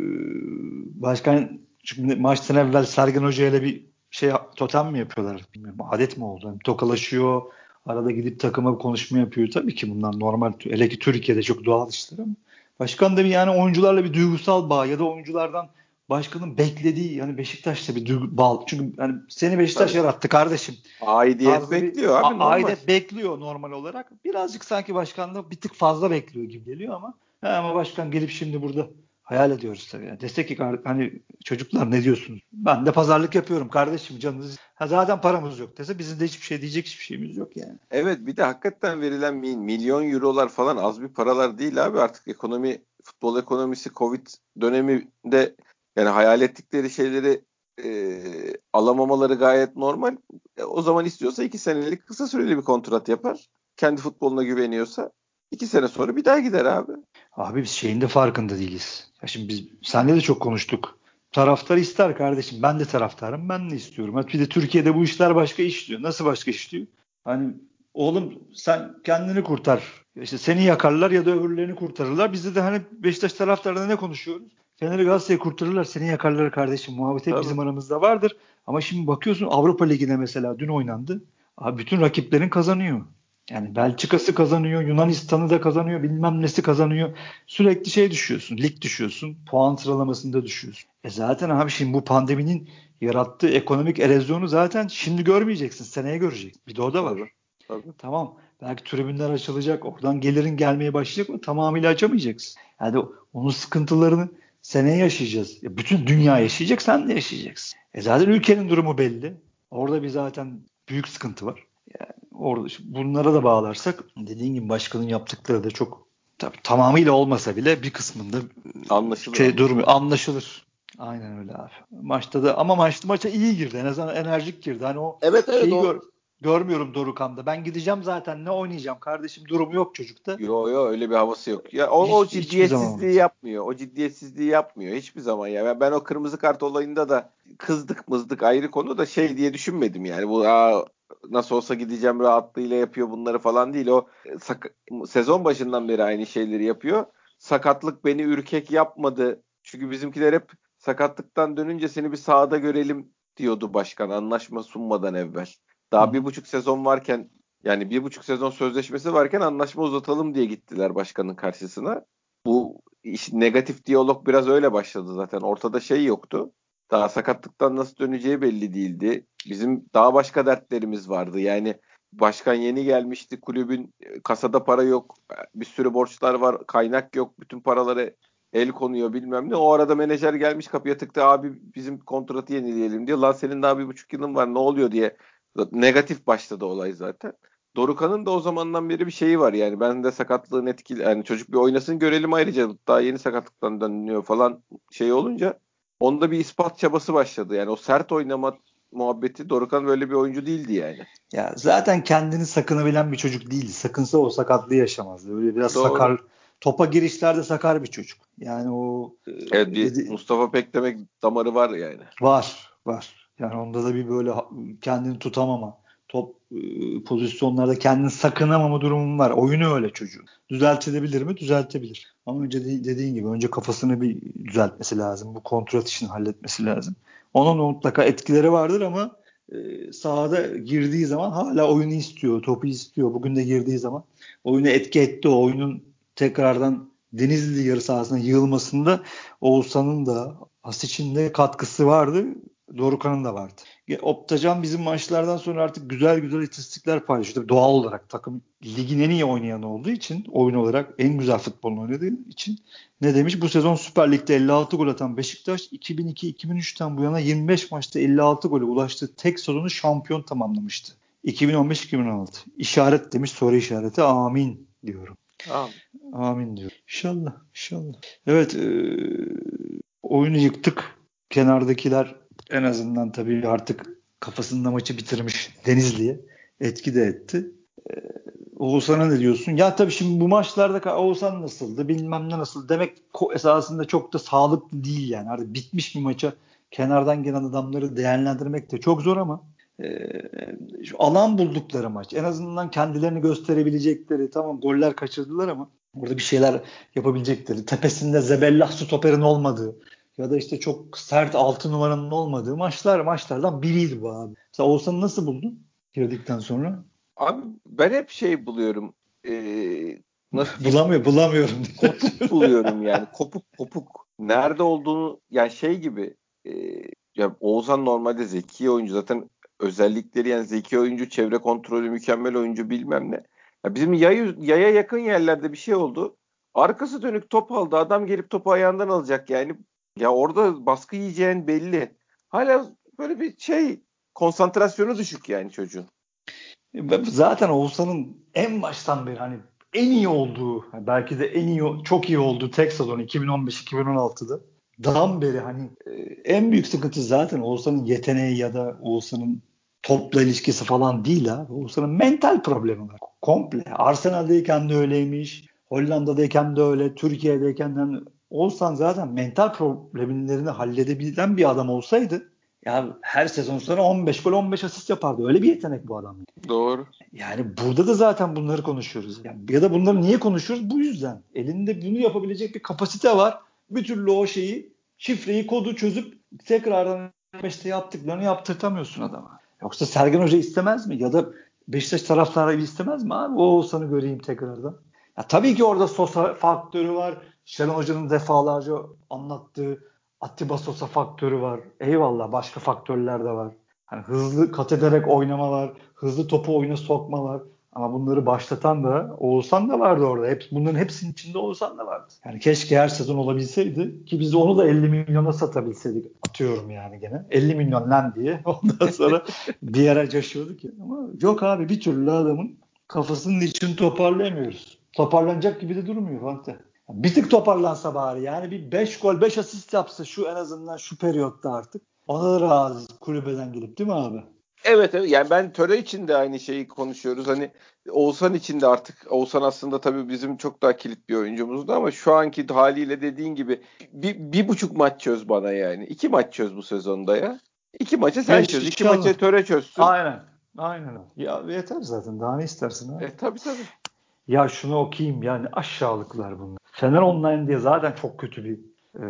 e, başkan çünkü maçtan evvel Sergen Hoca ile bir şey totem mi yapıyorlar? Bilmiyorum. Adet mi oldu? Yani tokalaşıyor. Arada gidip takıma bir konuşma yapıyor. Tabii ki bunlar normal. Hele ki Türkiye'de çok doğal işler ama başkan da bir yani oyuncularla bir duygusal bağ ya da oyunculardan başkanın beklediği yani Beşiktaş'ta bir duygu, bağ. Çünkü yani seni Beşiktaş Tabii. yarattı kardeşim Aidiyet tarzı bir bekliyor abi a- normal. aidet bekliyor normal olarak. Birazcık sanki başkan da bir tık fazla bekliyor gibi geliyor ama he, ama başkan gelip şimdi burada hayal ediyoruz tabii. Yani destek ki kar- hani çocuklar ne diyorsunuz? Ben de pazarlık yapıyorum kardeşim canınız. Ha, zaten paramız yok dese bizim de hiçbir şey diyecek hiçbir şeyimiz yok yani. Evet bir de hakikaten verilen mi- milyon eurolar falan az bir paralar değil abi artık ekonomi futbol ekonomisi Covid döneminde yani hayal ettikleri şeyleri e, alamamaları gayet normal. E, o zaman istiyorsa iki senelik kısa süreli bir kontrat yapar. Kendi futboluna güveniyorsa iki sene sonra bir daha gider abi. Abi biz şeyin de farkında değiliz. Ya şimdi biz seninle de çok konuştuk. Taraftar ister kardeşim. Ben de taraftarım. Ben de istiyorum. Ha, bir de Türkiye'de bu işler başka işliyor. Nasıl başka işliyor? Hani oğlum sen kendini kurtar. İşte seni yakarlar ya da öbürlerini kurtarırlar. Bizde de hani Beşiktaş taraftarlarına ne konuşuyoruz? Fener'i Galatasaray'ı kurtarırlar. Seni yakarlar kardeşim. Muhabbet hep Tabii. bizim aramızda vardır. Ama şimdi bakıyorsun Avrupa Ligi'ne mesela dün oynandı. Abi bütün rakiplerin kazanıyor. Yani Belçika'sı kazanıyor, Yunanistan'ı da kazanıyor, bilmem nesi kazanıyor. Sürekli şey düşüyorsun, lig düşüyorsun, puan sıralamasında düşüyorsun. E zaten abi şimdi bu pandeminin yarattığı ekonomik erozyonu zaten şimdi görmeyeceksin, seneye göreceksin. Bir de o da var. Tabii. Tabii. Tamam, belki tribünler açılacak, oradan gelirin gelmeye başlayacak ama tamamıyla açamayacaksın. Yani onun sıkıntılarını seneye yaşayacağız. Ya bütün dünya yaşayacak, sen de yaşayacaksın. E zaten ülkenin durumu belli. Orada bir zaten büyük sıkıntı var. Orada bunlara da bağlarsak dediğin gibi başkanın yaptıkları da çok tabii tamamıyla olmasa bile bir kısmında Anlaşılır şey anlaşılır. durumu anlaşılır. Aynen öyle abi. Maçta da ama maçta maça iyi girdi. En azından enerjik girdi. Hani o Evet evet şeyi o gör, görmüyorum Dorukhan'da. Ben gideceğim zaten ne oynayacağım kardeşim durumu yok çocukta. yo yo öyle bir havası yok. Ya o, o Hiç, hiçbir zaman ciddiyetsizliği olmadı. yapmıyor. O ciddiyetsizliği yapmıyor hiçbir zaman ya. Ben, ben o kırmızı kart olayında da kızdık mızdık ayrı konu da şey diye düşünmedim yani. Bu aa, nasıl olsa gideceğim rahatlığıyla yapıyor bunları falan değil. O sak- sezon başından beri aynı şeyleri yapıyor. Sakatlık beni ürkek yapmadı. Çünkü bizimkiler hep sakatlıktan dönünce seni bir sahada görelim diyordu başkan anlaşma sunmadan evvel. Hı Daha bir hı. buçuk sezon varken yani bir buçuk sezon sözleşmesi varken anlaşma uzatalım diye gittiler başkanın karşısına. Bu iş, negatif diyalog biraz öyle başladı zaten. Ortada şey yoktu. Daha sakatlıktan nasıl döneceği belli değildi. Bizim daha başka dertlerimiz vardı. Yani başkan yeni gelmişti. Kulübün kasada para yok. Bir sürü borçlar var. Kaynak yok. Bütün paraları el konuyor bilmem ne. O arada menajer gelmiş kapıya tıktı. Abi bizim kontratı yenileyelim diyor. Lan senin daha bir buçuk yılın var ne oluyor diye. Negatif başladı olay zaten. Dorukhan'ın da o zamandan beri bir şeyi var yani ben de sakatlığın etkili yani çocuk bir oynasın görelim ayrıca daha yeni sakatlıktan dönüyor falan şey olunca onda bir ispat çabası başladı. Yani o sert oynama muhabbeti Dorukhan böyle bir oyuncu değildi yani. Ya zaten kendini sakınabilen bir çocuk değildi. Sakınsa o sakatlığı yaşamazdı. Öyle biraz Doğru. sakar, topa girişlerde sakar bir çocuk. Yani o e, Evet bir dedi Mustafa Pekdemek damarı var yani. var, var. Yani onda da bir böyle ha- kendini tutamama, top e, pozisyonlarda kendini sakınamama durumu var. Oyunu öyle çocuğun. Düzeltebilir mi? Düzeltebilir. Ama önce de- dediğin gibi önce kafasını bir düzeltmesi lazım. Bu kontrat işini halletmesi lazım. Onun mutlaka etkileri vardır ama e, sahada girdiği zaman hala oyunu istiyor, topu istiyor. Bugün de girdiği zaman oyunu etki etti. O oyunun tekrardan Denizli yarı sahasına yığılmasında Oğuzhan'ın da Hasic'in de katkısı vardı. Dorukhan'ın da vardı. Optacan bizim maçlardan sonra artık güzel güzel istatistikler paylaşıyor. Doğal olarak takım ligin en iyi oynayanı olduğu için, oyun olarak en güzel futbolunu oynadığı için ne demiş? Bu sezon Süper Lig'de elli altı gol atan Beşiktaş iki bin iki iki bin üçten bu yana yirmi beş maçta elli altı gole ulaştığı tek sezonu şampiyon tamamlamıştı. iki bin on beş iki bin on altı. İşaret demiş, soru işareti. Amin diyorum. Amin. Amin diyorum. İnşallah, inşallah. Evet, e, oyunu yıktık. Kenardakiler en azından tabii artık kafasında maçı bitirmiş Denizli'ye etki de etti. Ee, Oğuzhan'a ne diyorsun? Ya tabii şimdi bu maçlarda Oğuzhan nasıldı bilmem ne nasıl demek esasında çok da sağlıklı değil yani. Artık bitmiş bir maça kenardan gelen adamları değerlendirmek de çok zor ama e, şu alan buldukları maç. En azından kendilerini gösterebilecekleri, tamam goller kaçırdılar ama orada bir şeyler yapabilecekleri, tepesinde zebellah stoperin olmadığı ya da işte çok sert altı numaranın olmadığı maçlar maçlardan biriydi bu abi. Sen Oğuzhan'ı nasıl buldun girdikten sonra? Abi ben hep şey buluyorum. Ee, nasıl diyeyim? Bulamıyor, bulamıyorum. Kopuk buluyorum yani. Kopuk kopuk. Nerede olduğunu yani şey gibi e, ya Oğuzhan normalde zeki oyuncu. Zaten özellikleri yani zeki oyuncu, çevre kontrolü mükemmel oyuncu bilmem ne. Ya bizim yaya, yaya yakın yerlerde bir şey oldu. Arkası dönük top aldı. Adam gelip topu ayağından alacak yani. Ya orada baskı yiyeceğin belli. Hala böyle bir şey konsantrasyonu düşük yani çocuğun. Zaten Oğuzhan'ın en baştan beri hani en iyi olduğu, belki de en iyi, çok iyi olduğu tek sezon iki bin on beş iki bin on altıda dan beri hani e, en büyük sıkıntı zaten Oğuzhan'ın yeteneği ya da Oğuzhan'ın topla ilişkisi falan değil ha. Oğuzhan'ın mental problemi var. Komple. Arsenal'deyken de öyleymiş. Hollanda'dayken de öyle. Türkiye'deyken de Oğuzhan zaten mental problemlerini halledebilen bir adam olsaydı ya her sezon sonra on beş gol on beş asist yapardı. Öyle bir yetenek bu adam. Doğru. Yani burada da zaten bunları konuşuyoruz. Yani ya da bunları niye konuşuyoruz? Bu yüzden. Elinde bunu yapabilecek bir kapasite var. Bir türlü o şeyi, şifreyi, kodu çözüp tekrardan beşte yaptıklarını yaptırtamıyorsun adama. Yoksa Sergen Hoca istemez mi? Ya da Beşiktaş taraftarı istemez mi abi? O Oğuzhan'ı göreyim tekrardan. Ya tabii ki orada Sosa faktörü var. Şenol Hoca'nın defalarca anlattığı Atiba Sosa faktörü var. Eyvallah, başka faktörler de var. Hani hızlı kat ederek oynama var. Hızlı topu oyuna sokma var. Ama bunları başlatan da Oğuzhan da vardı orada. Hep, bunların hepsinin içinde Oğuzhan da vardı. Yani keşke her sezon olabilseydi ki biz onu da elli milyona satabilseydik. Atıyorum yani gene. elli milyon lan diye. Ondan sonra bir ara coşuyorduk ya. Ama yok abi, bir türlü adamın kafasının içini toparlayamıyoruz. Toparlanacak gibi de durmuyor Fatih. Bir tık toparlansa bari. Yani bir beş gol beş asist yapsa şu en azından şu periyotta artık. Ona da razı kulübeden gelip, değil mi abi? Evet, evet yani ben Töre için de aynı şeyi konuşuyoruz. Hani Oğuzhan için de artık Oğuzhan aslında tabii bizim çok daha kilit bir oyuncumuzdu ama şu anki haliyle dediğin gibi bir, bir buçuk maç çöz bana yani. İki maç çöz bu sezonda ya. İki maçı sen Beş çöz. İki inşallah. maçı Töre çözsün. Aynen. Aynen. Ya yeter zaten. Daha ne istersin abi? E tabii tabii. Ya şunu okuyayım, yani aşağılıklar bunlar. Fener Online diye zaten çok kötü bir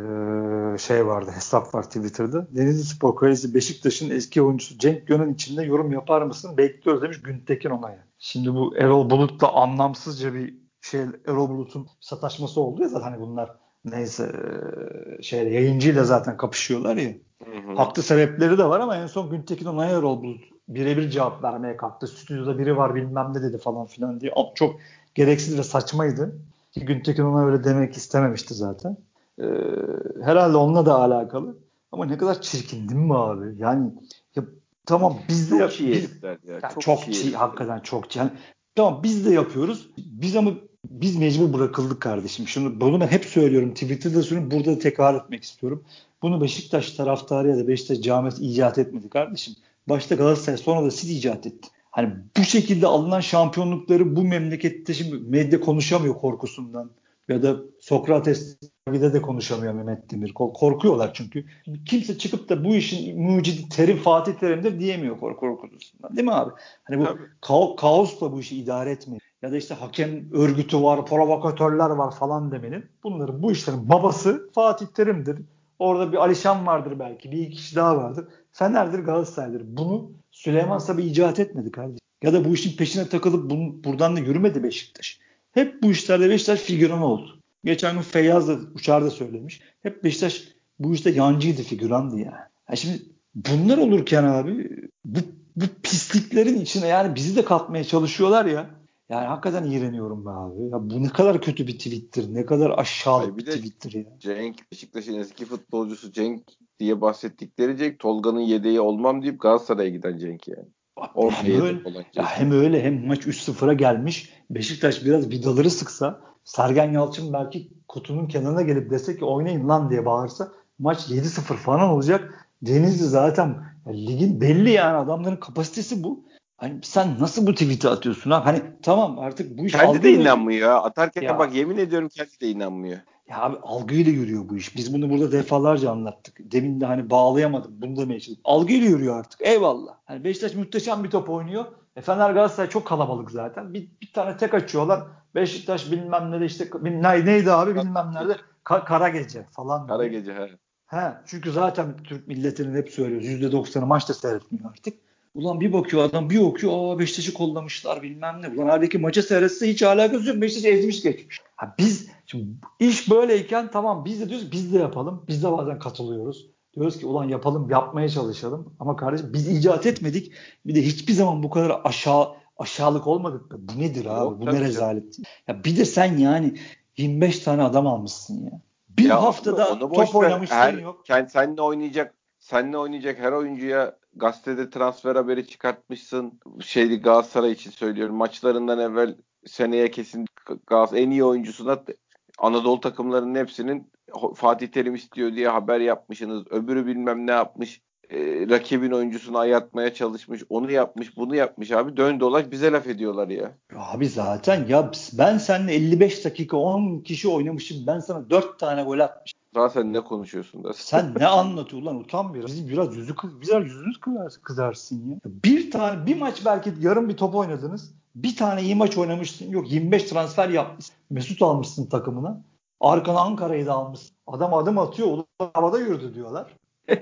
e, şey vardı, hesap var Twitter'da. Denizli Spor Kalesi Beşiktaş'ın eski oyuncusu Cenk Gönül içinde yorum yapar mısın? Bekliyoruz demiş Güntekin Onay'a. Şimdi bu Erol Bulut'la anlamsızca bir şey, Erol Bulut'un sataşması oldu ya zaten, hani bunlar neyse e, şeyle, yayıncıyla zaten kapışıyorlar ya. Hı hı. Haklı sebepleri de var ama en son Güntekin Onay'a Erol Bulut birebir cevap vermeye kalktı. Stüdyoda biri var bilmem ne dedi falan filan diye. Çok gereksiz ve saçmaydı. Ki Güntekin ona öyle demek istememişti zaten. Ee, herhalde onunla da alakalı. Ama ne kadar çirkin değil mi abi? Yani ya, tamam biz de Çok yap, çiğ biz herifler ya. yani Çok çok çiğ çiğ, herifler. hakikaten çok çiğ. Yani, tamam biz de yapıyoruz. Biz ama biz mecbur bırakıldık kardeşim. Şunu, bunu ben hep söylüyorum. Twitter'da söylüyorum. Burada da tekrar etmek istiyorum. Bunu Beşiktaş taraftarı ya da Beşiktaş camiası icat etmedi kardeşim. Başta Galatasaray, sonra da siz icat etti. Hani bu şekilde alınan şampiyonlukları bu memlekette şimdi medya konuşamıyor korkusundan. Ya da Sokrates de de konuşamıyor Mehmet Demir. Korkuyorlar çünkü. Kimse çıkıp da bu işin mucidi Terim Fatih Terim'dir diyemiyor korkusundan. Değil mi abi? Hani bu Tabii. ka- kaosla bu işi idare etmeyin. Ya da işte hakem örgütü var, provokatörler var falan demenin. Bunların, bu işlerin babası Fatih Terim'dir. Orada bir Alişan vardır belki. Bir iki kişi daha vardır. Fener'dir, Galatasaray'dır. Bunu Süleyman Sabah icat etmedi kardeşim. Ya da bu işin peşine takılıp bunu, buradan da yürümedi Beşiktaş. Hep bu işlerde Beşiktaş figüran oldu. Geçen gün Feyyaz da Uçar da söylemiş. Hep Beşiktaş bu işte yancıydı, figürandı yani. yani şimdi bunlar olurken abi bu, bu pisliklerin içine yani bizi de katmaya çalışıyorlar ya. Yani hakikaten iğreniyorum be abi. Ya bu ne kadar kötü bir tweettir. Ne kadar Ay aşağılık bir bir de tweettir ya. Cenk, Beşiktaş'ın eski futbolcusu Cenk diye bahsettikleri Cenk, Tolga'nın yedeği olmam deyip Galatasaray'a giden Cenk yani. Orada Hem öyle, yedek olan ya Cenk. hem öyle hem maç üç sıfıra gelmiş. Beşiktaş biraz vidaları sıksa, Sergen Yalçın belki kutunun kenarına gelip dese ki oynayın lan diye bağırsa maç yedi sıfır falan olacak. Denizli zaten ya ligin belli yani adamların kapasitesi bu. Hani sen nasıl bu tweet'i atıyorsun ha? Hani tamam artık bu iş Kendi de algıyla inanmıyor ya. Atarken bak ya yemin ediyorum kendi de inanmıyor. ya abi algıyla yürüyor bu iş. Biz bunu burada defalarca anlattık. Demin de hani bağlayamadım. Bunu demeye çalıştım. Algıyla yürüyor artık. Eyvallah. Hani Beşiktaş muhteşem bir top oynuyor. E Fener Galatasaray çok kalabalık zaten. Bir, bir tane tek açıyorlar. Beşiktaş bilmem ne de işte ne, neydi abi bilmem nerede. Ka- kara gece falan Kara diye. gece ha. He, çünkü zaten Türk milletinin hep söylüyoruz. yüzde doksanı maçta seyretmiyor artık. Ulan bir bakıyor adam bir okuyor. Aa Beşiktaş'ı kollamışlar bilmem ne. Ulan halbuki maçı seyretse hiç alakası yok. Beşiktaş ezmiş geçmiş. Ha biz şimdi iş böyleyken tamam biz de diyoruz biz de yapalım. Biz de bazen katılıyoruz. Diyoruz ki ulan yapalım yapmaya çalışalım. Ama kardeşim biz icat etmedik. Bir de hiçbir zaman bu kadar aşağı aşağılık olmadık. Bu nedir abi? Yok Bu ne tabii canım. rezalet. Ya bir de sen yani yirmi beş tane adam almışsın ya. Bir Ya abi haftada onu top boş ver. oynamışlığın Her yok. kend seninle oynayacak seninle oynayacak her oyuncuya gazetede transfer haberi çıkartmışsın. Şeydi Galatasaray için söylüyorum. Maçlarından evvel seneye kesin Galatasaray en iyi oyuncusuna Anadolu takımlarının hepsinin Fatih Terim istiyor diye haber yapmışsınız. Öbürü bilmem ne yapmış. E, rakibin oyuncusunu ayartmaya çalışmış. Onu yapmış, bunu yapmış abi. Dön dolaş bize laf ediyorlar ya. Abi zaten ya ben seninle elli beş dakika on kişi oynamışım. Ben sana dört tane gol atmışım. Daha sen ne konuşuyorsun da. Sen ne anlatıyorsun ulan utan biraz. Bizi biraz yüzü kız, biraz yüzünüz kızarsın, kızarsın ya. Bir tane bir maç belki yarım bir top oynadınız. Bir tane iyi maç oynamışsın. Yok yirmi beş transfer yapmışsın. Mesut almışsın takımına. Arkana Ankara'yı da almışsın. Adam adım atıyor. Ulan havada yürüdü diyorlar.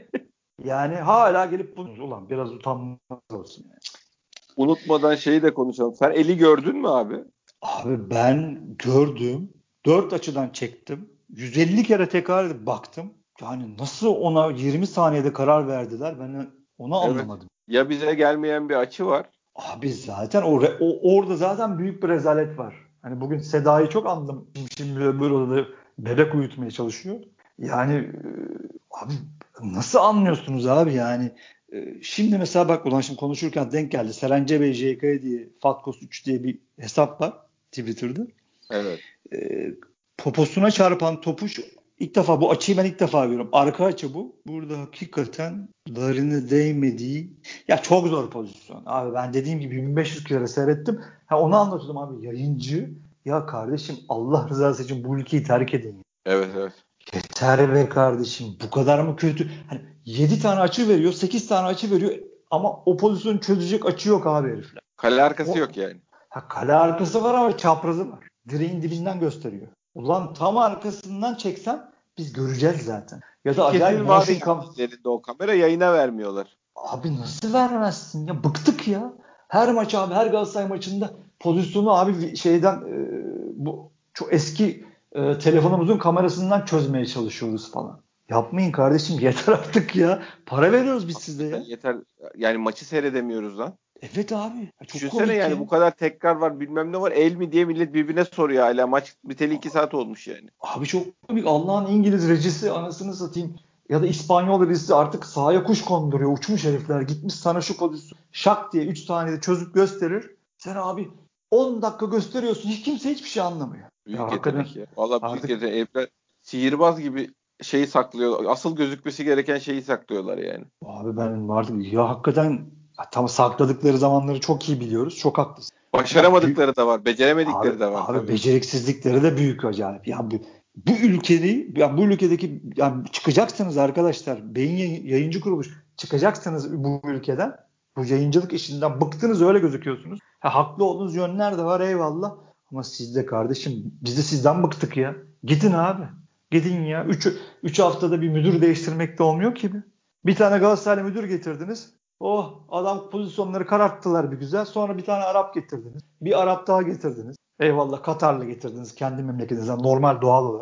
Yani hala gelip bunu ulan biraz utanmaz olsun. Yani. Unutmadan şeyi de konuşalım. Sen eli gördün mü abi? Abi ben gördüm. Dört açıdan çektim. yüz elli kere tekrar edip baktım. Yani nasıl ona yirmi saniyede karar verdiler ben onu Evet. anlamadım. Ya bize gelmeyen bir açı var. Abi zaten o, o orada zaten büyük bir rezalet var. Hani bugün Seda'yı çok anladım. Şimdi öbür odada bebek uyutmaya çalışıyor. Yani e, abi nasıl anlıyorsunuz abi yani e, şimdi mesela bak ulan şimdi konuşurken denk geldi. Serence Bey J K diye Fatkos üç diye bir hesap var Twitter'da. Evet. E, Poposuna çarpan topu şu, ilk defa bu açıyı ben ilk defa görüyorum. Arka açı bu. Burada hakikaten larine değmediği ya çok zor pozisyon. Abi ben dediğim gibi bin beş yüz kere seyrettim. Ha onu anlatıyordum abi yayıncı. Ya kardeşim Allah rızası için bu ülkeyi terk edin. Evet evet. Yeter be kardeşim. Bu kadar mı kötü? Hani yedi tane açı veriyor, sekiz tane açı veriyor ama o pozisyonu çözecek açı yok abi herifler. Kale arkası O, yok yani. ha, kale arkası var ama çaprazı var. Direğin dibinden gösteriyor. Ulan tam arkasından çeksen biz göreceğiz zaten. Ya Ki da acayip kesin var motion yani kam. ellerinde o kamera yayına vermiyorlar. Abi nasıl vermezsin ya? Bıktık ya. Her maç abi her Galatasaray maçında pozisyonu abi şeyden e, bu çok eski e, telefonumuzun kamerasından çözmeye çalışıyoruz falan. Yapmayın kardeşim yeter artık ya. Para veriyoruz biz size Hakikaten ya. yeter. Yani maçı seyredemiyoruz lan. Evet abi. Ya çok Düşünsene komik yani ya. bu kadar tekrar var bilmem ne var. El mi diye millet birbirine soruyor hala. Maç biteli iki saat olmuş yani. Abi çok komik. Allah'ın İngiliz rejisi anasını satayım. Ya da İspanyol rejisi artık sahaya kuş konduruyor. Uçmuş herifler. Gitmiş sana şu pozisyon. Şak diye üç saniyede çözüp gösterir. Sen abi on dakika gösteriyorsun. Hiç kimse hiçbir şey anlamıyor. Ya Büyük hakikaten yetenek ya. Valla büyük artık yetenek. Herifler sihirbaz gibi şeyi saklıyor. Asıl gözükmesi gereken şeyi saklıyorlar yani. abi ben artık ya hakikaten ya tam sakladıkları zamanları çok iyi biliyoruz. Çok haklısın. Ya bu, Başaramadıkları da var. Abi, Beceremedikleri de var abi tabii. beceriksizlikleri de büyük acayip. Ya bu, bu ülkeyi, ya bu ülkedeki yani çıkacaksınız arkadaşlar. Beyin yayın- yayıncı kuruluş. Çıkacaksınız bu ülkeden. Bu yayıncılık işinden bıktınız öyle gözüküyorsunuz. Ha, haklı olduğunuz yönler de var eyvallah. Ama siz de kardeşim biz de sizden bıktık ya. Gidin abi. Gidin ya. Üç, üç haftada bir müdür değiştirmek de olmuyor ki. Bir tane Galatasaraylı müdür getirdiniz. Oh adam pozisyonları kararttılar bir güzel. Sonra bir tane Arap getirdiniz. Bir Arap daha getirdiniz. Eyvallah Katarlı getirdiniz kendi memleketinizden normal doğal olarak.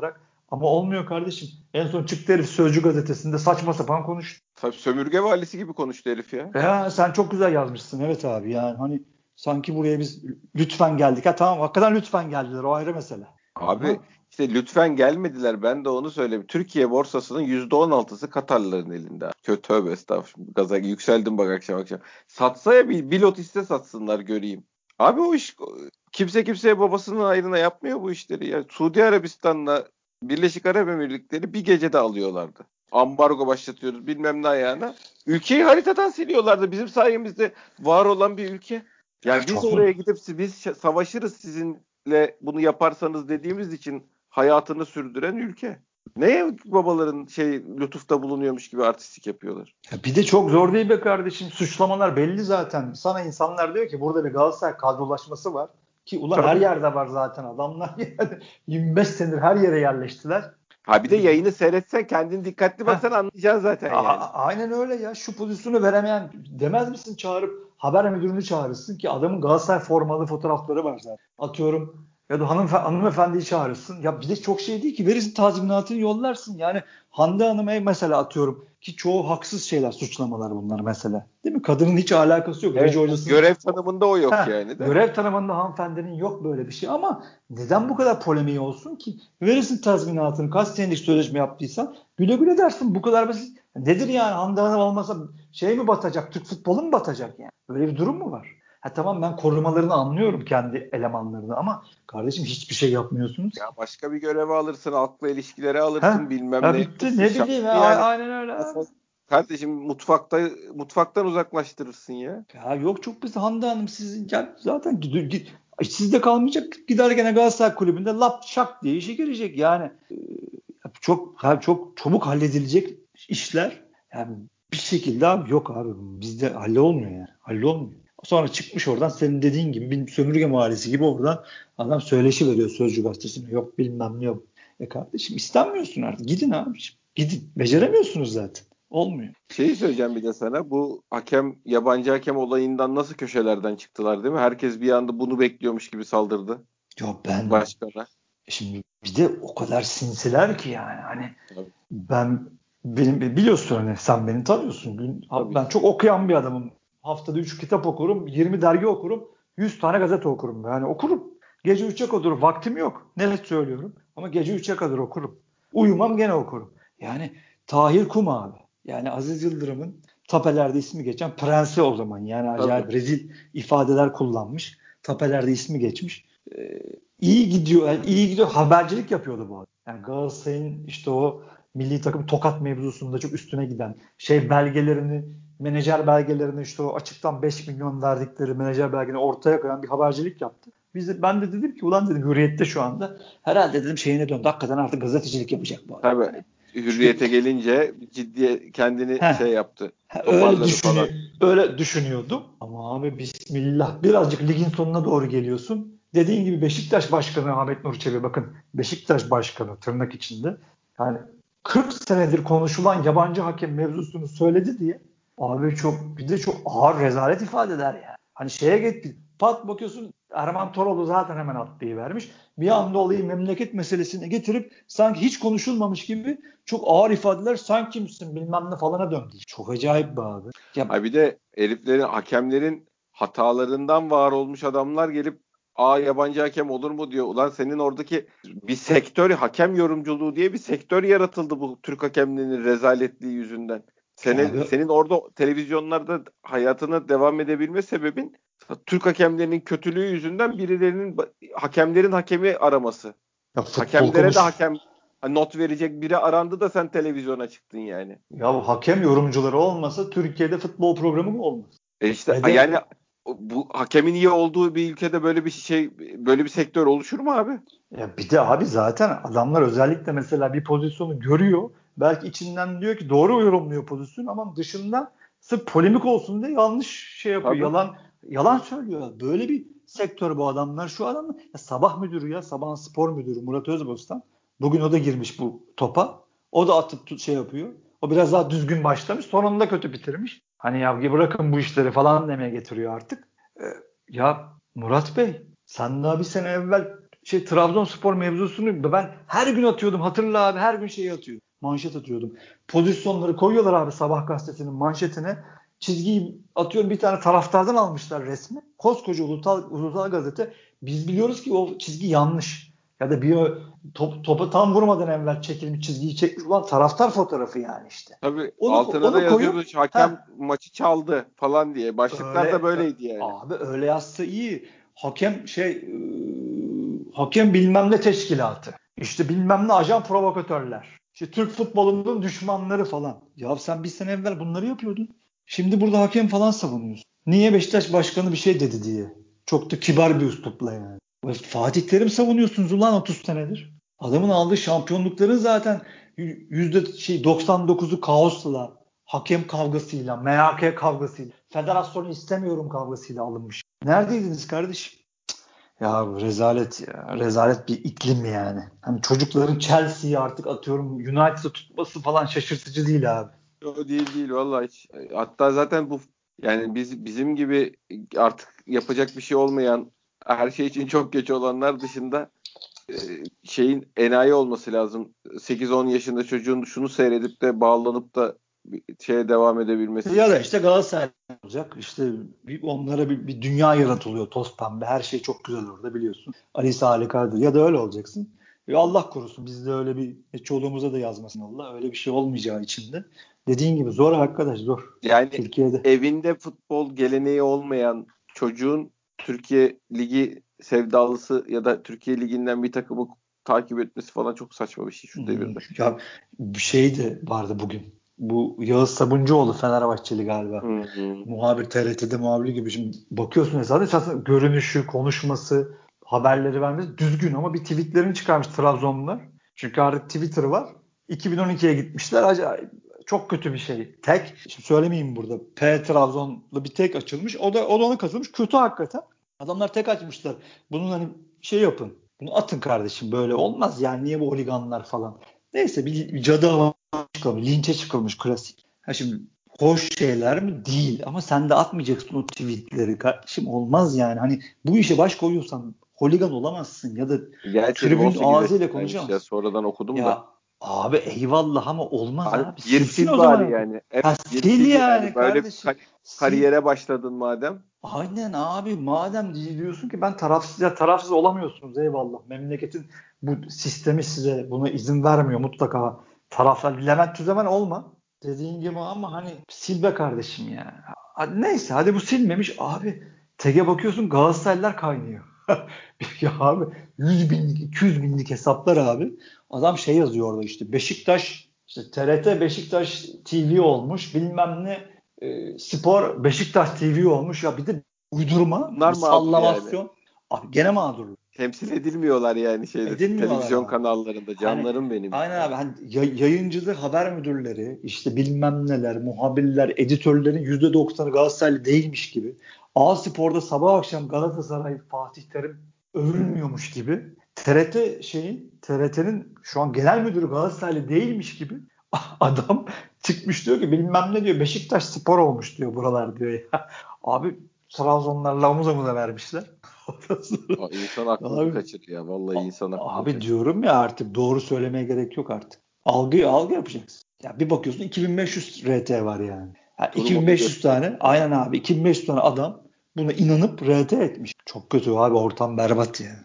Ama olmuyor kardeşim. En son çıktı herif Sözcü gazetesinde saçma sapan konuştu. Tabii sömürge valisi gibi konuştu herif ya. Ya sen çok güzel yazmışsın. Evet abi yani hani sanki buraya biz lütfen geldik. Ha tamam hakikaten lütfen geldiler. O ayrı mesele. Abi Ama işte lütfen gelmediler. Ben de onu söyleyeyim. Türkiye borsasının yüzde on altısı Katarlıların elinde. Kötü tövbe estağfurullah. Gaza yükseldim bak akşam akşam. Satsa ya bir, bir lot hisse satsınlar göreyim. Abi o iş kimse kimseye babasının hayrına yapmıyor bu işleri ya. Suudi Arabistan'la Birleşik Arap Emirlikleri bir gecede alıyorlardı. Ambargo başlatıyoruz bilmem ne ayağına. Ülkeyi haritadan siliyorlardı. Bizim sayemizde var olan bir ülke. Yani biz çok mu? oraya gidip biz savaşırız sizinle bunu yaparsanız dediğimiz için hayatını sürdüren ülke. Neye babaların şey lütufta bulunuyormuş gibi artistik yapıyorlar? Ya bir de çok zor değil be kardeşim. Suçlamalar belli zaten. Sana insanlar diyor ki burada bir Galatasaray kadrolaşması var. Ki ulan her Tabii. yerde var zaten adamlar. Yani yirmi beş senedir her yere yerleştiler. Ha bir de yayını seyretsen kendin dikkatli Heh, baksan anlayacaksın zaten a- yani. a- aynen öyle ya. Şu pozisyonu veremeyen demez misin çağırıp haber müdürünü çağırırsın ki adamın Galatasaray formalı fotoğrafları var zaten. Atıyorum ya da hanım, hanımefendiyi çağırırsın. Ya bir de çok şey değil ki verirsin tazminatını yollarsın. Yani Hande Hanım'a mesela atıyorum ki çoğu haksız şeyler suçlamalar bunlar mesela. Değil mi? Kadının hiç alakası yok. Reji Evet, hocasının görev tanımında o yok Heh, yani de. görev tanımında hanımefendinin yok böyle bir şey ama neden bu kadar polemiği olsun ki? Verirsin tazminatını kaç senelik sözleşme yaptıysan güle güle dersin bu kadar basit. Nedir yani Hande Hanım olmasa şey mi batacak Türk futbolu mu batacak yani? Böyle bir durum mu var? Ha tamam ben korumalarını anlıyorum kendi elemanlarını ama kardeşim hiçbir şey yapmıyorsunuz Ya ki. başka bir görevi alırsın, halkla ilişkileri Ha? alırsın, bilmem Ya ne bitti yapırsın. ne Şart bileyim mı ya yani? aynen öyle abi. Kardeşim mutfakta mutfaktan uzaklaştırırsın ya. Ya yok çok basit Hande Hanım sizin gel, zaten gid- gid- sizde kalmayacak gider gene Galatasaray Kulübü'nde lap şak diye işe girecek yani e, çok çok çabuk halledilecek işler yani bir şekilde abi yok abi bizde hallolmuyor yani hallolmuyor. Sonra çıkmış oradan senin dediğin gibi bir sömürge mahallesi gibi oradan adam söyleşi veriyor Sözcü gazetesine yok bilmem ne yok. E kardeşim istenmiyorsun artık gidin abiciğim gidin beceremiyorsunuz zaten olmuyor. Şeyi söyleyeceğim bir de sana. Bu hakem yabancı hakem olayından nasıl köşelerden çıktılar değil mi? Herkes bir anda bunu bekliyormuş gibi saldırdı Ya ben başkana. şimdi bir de o kadar sinsiler ki yani hani Tabii, ben benim biliyorsun hani sen beni tanıyorsun. Gün- tabii Ben ki. çok okuyan bir adamım. Haftada üç kitap okurum, yirmi dergi okurum, yüz tane gazete okurum. Yani okurum. Gece üçe kadar vaktim yok. Net söylüyorum. Ama gece üçe kadar okurum. Uyumam gene okurum. Yani Tahir Kum abi. Yani Aziz Yıldırım'ın tapelerde ismi geçen prensi o zaman. Yani Tabii. acayip rezil ifadeler kullanmış. Tapelerde ismi geçmiş. Ee, iyi gidiyor. Yani iyi gidiyor. Habercilik yapıyordu bu adam. Yani Galatasaray'ın işte o milli takım tokat mevzusunda çok üstüne giden şey belgelerini menajer belgelerini işte o açıktan beş milyon verdikleri menajer belgelerini ortaya koyan bir habercilik yaptı. Biz de, ben de dedim ki ulan dedim Hürriyet'te şu anda herhalde dedim şeyine döndü. Hakikaten artık gazetecilik yapacak bu adam. Tabii. Yani. Çünkü Hürriyete gelince ciddi kendini heh, şey yaptı. öyle Toparladı düşünüyor falan. öyle düşünüyordum. Ama abi bismillah birazcık ligin sonuna doğru geliyorsun. Dediğin gibi Beşiktaş Başkanı Ahmet Nur Çebi bakın Beşiktaş Başkanı tırnak içinde yani kırk senedir konuşulan yabancı hakem mevzusunu söyledi diye abi çok bir de çok ağır rezalet ifadeler yani. Hani şeye gitti pat bakıyorsun Erman Toroğlu zaten hemen atlayıvermiş. Bir anda olayı memleket meselesine getirip sanki hiç konuşulmamış gibi çok ağır ifadeler sen kimsin bilmem ne falana döndü. Çok acayip bir abi. Ya, Ha bir de heriflerin, hakemlerin hatalarından var olmuş adamlar gelip aa yabancı hakem olur mu diyor. Ulan senin oradaki bir sektör, hakem yorumculuğu diye bir sektör yaratıldı bu Türk hakemlerinin rezaletliği yüzünden. Senin, abi senin orada televizyonlarda hayatına devam edebilme sebebin Türk hakemlerinin kötülüğü yüzünden birilerinin hakemlerin hakemi araması. ya futbol Hakemlere de konuş hakem not verecek biri arandı da sen televizyona çıktın yani. ya hakem yorumcuları olmasa Türkiye'de futbol programı mı olmaz? E işte Ve de yani bu hakemin iyi olduğu bir ülkede böyle bir şey, böyle bir sektör oluşur mu abi? ya bir de abi zaten adamlar özellikle mesela bir pozisyonu görüyor. Belki içinden diyor ki doğru yorumluyor pozisyonu ama dışından sırf polemik olsun diye yanlış şey yapıyor. Tabii. Yalan yalan söylüyor. Böyle bir sektör bu adamlar. Şu adamlar ya sabah müdürü ya sabahın spor müdürü Murat Özbostan. Bugün o da girmiş bu topa. O da atıp tut- şey yapıyor. O biraz daha düzgün başlamış. Sonunda kötü bitirmiş. Hani ya bırakın bu işleri falan demeye getiriyor artık. Ee, ya Murat Bey sen daha bir sene evvel şey Trabzonspor mevzusunu ben her gün atıyordum. Hatırla abi, her gün şeyi atıyordum. Manşet atıyordum. Pozisyonları koyuyorlar abi Sabah gazetesinin manşetine. Çizgiyi atıyorum, bir tane taraftardan almışlar resmi. Koskoca ulusal, ulusal gazete. Biz biliyoruz ki o çizgi yanlış. Ya da bir top, topa tam vurmadan evvel çekilmiş, çizgiyi çekmiş. Ulan taraftar fotoğrafı yani işte. Tabii Onu, altına da onu yazıyordu koyup hakem heh, maçı çaldı falan diye. Başlıklar da öyle böyleydi yani. abi, öyle yazsa iyi. Hakem şey e, hakem bilmem ne teşkilatı. İşte bilmem ne ajan provokatörler. İşte Türk futbolunun düşmanları falan. Ya sen bir sene evvel bunları yapıyordun. Şimdi burada hakem falan savunuyorsun. Niye Beşiktaş başkanı bir şey dedi diye. Çok da kibar bir üslupla yani. Fatih Terim savunuyorsunuz ulan otuz senedir. Adamın aldığı şampiyonlukların zaten yüzde şey doksan dokuzu kaosla, hakem kavgasıyla, M H K kavgasıyla, federasyonu istemiyorum kavgasıyla alınmış. Neredeydiniz kardeşim? Ya rezalet ya. Rezalet bir iklim yani. Hani çocukların Chelsea'yi artık atıyorum United'ı tutması falan şaşırtıcı değil abi. O değil değil vallahi hiç. Hatta zaten bu yani biz bizim gibi artık yapacak bir şey olmayan, her şey için çok geç olanlar dışında e, şeyin enayi olması lazım. sekiz on yaşında çocuğun şunu seyredip de bağlanıp da bir şeye devam edebilmesi Ya da için. işte Galatasaray olacak. İşte bir, onlara bir, bir dünya yaratılıyor toz pembe. Her şey çok güzel orada biliyorsun. Ali Salih Kadir. Ya da öyle olacaksın. Ve Allah korusun biz de öyle bir e, çoluğumuza da yazmasın Allah. Öyle bir şey olmayacağı için de. Dediğin gibi zor arkadaş, zor. Yani Türkiye'de. evinde futbol geleneği olmayan çocuğun Türkiye Ligi sevdalısı ya da Türkiye Ligi'nden bir takımı takip etmesi falan çok saçma bir şey şu Hmm, devirde. ya bir şey de vardı bugün. Bu Yağız Sabuncuoğlu Fenerbahçeli galiba. Hı hı. Muhabir, T R T'de muhabir gibi. Şimdi bakıyorsun zaten esasında görünüşü, konuşması, haberleri vermesi düzgün ama bir tweetlerini çıkarmış Trabzonlular. Çünkü artık Twitter var. iki bin on ikiye gitmişler. Acayip çok kötü bir şey. Tek, şimdi söylemeyeyim burada. P Trabzon'da bir tek açılmış. O da o da ona katılmış. Kötü hakikaten. Adamlar tek açmışlar. Bunun hani şey yapın. Bunu atın kardeşim, böyle olmaz yani, niye bu holiganlar falan. Neyse bir, bir cadı havası çıkılmış. Linçe çıkılmış klasik. Ha şimdi hoş şeyler mi? Değil. Ama sen de atmayacaksın o tweetleri kardeşim. Olmaz yani. Hani bu işe baş koyuyorsan holigan olamazsın ya da Gerçi tribün on sekiz ağzıyla yaşındaymış ya, konuşamazsın. sonradan okudum da. Ya abi eyvallah ama olmaz Abi abi. gir Silsin sil o bari zaman. yani. Ha, Evet gir sil sil yani yani. Böyle bir kardeşim. kar- Sil. kariyere başladın madem. Aynen abi, madem diyorsun ki ben tarafsız, ya tarafsız olamıyorsunuz eyvallah. Memleketin bu sistemi size buna izin vermiyor mutlaka. Taraflar Levent Tüzemen olma dediğin gibi ama hani sil be kardeşim ya. Hadi neyse, hadi bu silmemiş abi. Tege bakıyorsun Galatasaraylılar kaynıyor. Ya abi yüz binlik iki yüz binlik hesaplar abi. Adam şey yazıyor orada işte Beşiktaş, işte T R T Beşiktaş T V olmuş bilmem ne, e, spor Beşiktaş T V olmuş ya, bir de uydurma, Bunlar bir mağdur yani. sallamasyon. Abi gene mağdurlar. Temsil edilmiyorlar yani şeyde Edilmiyorlar televizyon abi. kanallarında. Hani Canlarım benim aynen ya. abi, hani yayıncılığı, haber müdürleri, işte bilmem neler, muhabirler, editörlerin yüzde doksanı Galatasaraylı değilmiş gibi. A Spor'da sabah akşam Galatasaray, Fatih Terim övülmüyormuş gibi. T R T şeyin, T R T'nin şu an genel müdürü Galatasaraylı değilmiş gibi. Adam çıkmış diyor ki bilmem ne diyor, Beşiktaş Spor olmuş diyor buralar diyor ya. Abi Trabzonlarla omuz omuza vermişler. Aa, insan aklını Abi kaçırır ya. Vallahi insan aklını Abi kaçırır. diyorum ya, artık doğru söylemeye gerek yok artık. Algı algı yapacaksın. Ya bir bakıyorsun iki bin beş yüz R T var yani. Ya Durumunu iki bin beş yüz gösteriyor. tane, aynen abi, iki bin beş yüz tane adam buna inanıp R T etmiş. Çok kötü abi, ortam berbat ya.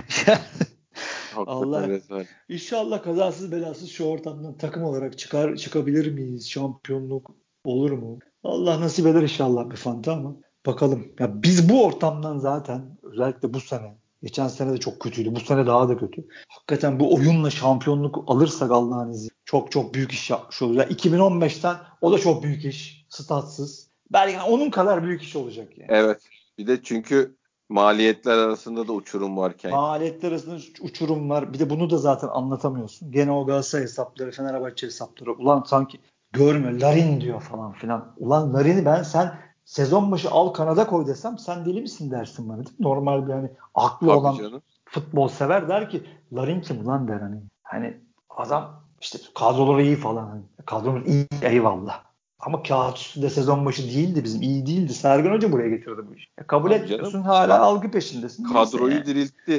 Hakikaten Allah rezalet. inşallah kazasız belasız şu ortamdan takım olarak çıkar çıkabilir miyiz? Şampiyonluk olur mu? Allah nasip eder inşallah bir fanta ama bakalım. Ya biz bu ortamdan zaten özellikle bu sene, geçen sene de çok kötüydü. Bu sene daha da kötü. Hakikaten bu oyunla şampiyonluk alırsak Allah'ın izniyle çok çok büyük iş yapmış olacağız. Yani iki bin on beşten o da çok büyük iş. Statsız. Belki yani onun kadar büyük iş olacak yani. Evet. Bir de çünkü maliyetler arasında da uçurum varken. Maliyetler arasında uçurum var. Bir de bunu da zaten anlatamıyorsun. Gene o Galatasaray hesapları, Fenerbahçe hesapları. Ulan sanki görmüyor. Larin diyor falan filan. Ulan Larin'i ben, sen sezon başı al Kanada koy desem sen deli misin dersin bana, değil mi? Normal bir hani aklı Tabii olan canım. futbol sever der ki Larin kim ulan der hani. Hani adam işte kadroları iyi falan. Hani, kadromuz iyi eyvallah. Ama kağıt üstünde sezon başı değildi bizim. İyi değildi. Sergen Hoca buraya getirdi bu işi. E, kabul Tabii canım. etmiyorsun. Hala Ka- algı peşindesin. Neyse kadroyu yani. diriltti.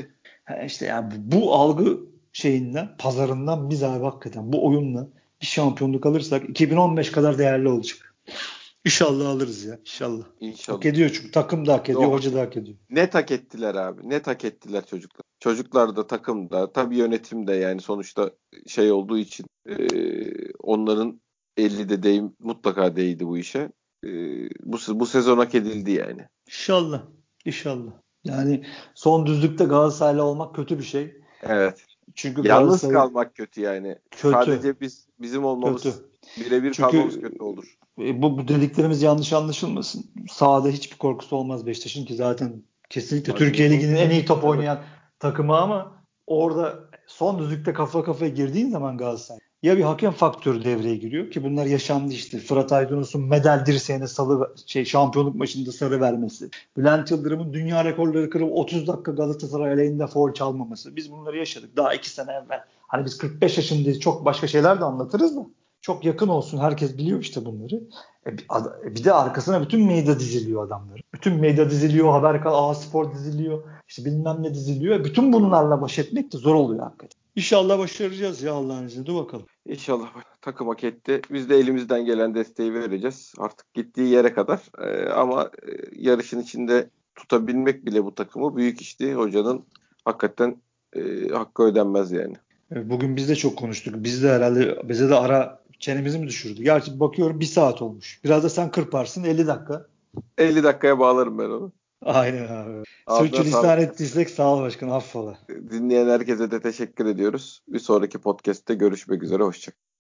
Ha işte yani bu, bu algı şeyinden, pazarından biz abi hakikaten bu oyunla bir şampiyonluk alırsak iki bin on beş kadar değerli olacak. İnşallah alırız ya. İnşallah. Hak İnşallah. ediyor çünkü takım da hak ediyor, Yo, hoca hak da et. hak ediyor. Net hak ettiler abi. Net hak ettiler çocuklar. Çocuklar da takım da tabii yönetim de yani sonuçta şey olduğu için e, onların eli de değ, mutlaka değdi bu işe. E, bu, bu sezon hak edildi yani. İnşallah. İnşallah. Yani son düzlükte Galatasaraylı olmak kötü bir şey. Evet. Çünkü Yalnız Galatasaray kalmak kötü yani. kötü. Sadece biz bizim olmamız, Kötü. birebir kalmamız Çünkü kötü olur. e, bu, bu dediklerimiz yanlış anlaşılmasın. Sahada hiçbir korkusu olmaz Beşiktaş'ın ki zaten kesinlikle Türkiye Magnus'un Ligi'nin en iyi top evet. oynayan takımı ama orada son düzlükte kafa kafaya girdiğin zaman Galatasaray ya bir hakem faktörü devreye giriyor ki bunlar yaşandı işte. Fırat Aydınus'un medal dirseğine salı şey şampiyonluk maçında sarı vermesi. Bülent Yıldırım'ın dünya rekorları kırıp otuz dakika Galatasaray aleyhinde faul çalmaması. Biz bunları yaşadık daha iki sene evvel. Hani biz kırk beş yaşındayız çok başka şeyler de anlatırız da. Çok yakın olsun. Herkes biliyor işte bunları. E, bir de arkasına bütün medya diziliyor adamları. Bütün medya diziliyor. Haber kanal, A Spor diziliyor. İşte bilmem ne diziliyor. E, bütün bunlarla baş etmek de zor oluyor hakikaten. İnşallah başaracağız ya Allah'ın izniyle. Dur bakalım. İnşallah takım hak etti. Biz de elimizden gelen desteği vereceğiz. Artık gittiği yere kadar. Ee, ama e, yarışın içinde tutabilmek bile bu takımı büyük işti. Hocanın hakikaten e, hakkı ödenmez yani. E, bugün biz de çok konuştuk. Biz de herhalde bize de ara çenemizi mi düşürdü? Gerçi bakıyorum bir saat olmuş. Biraz da sen kırparsın elli dakika. elli dakikaya bağlarım ben onu. Aynen abi. Ağzına Sürçülisan sağlık. ettiysek sağ ol başkanım. Affola. Dinleyen herkese de teşekkür ediyoruz. Bir sonraki podcast'te görüşmek üzere. Hoşçakalın.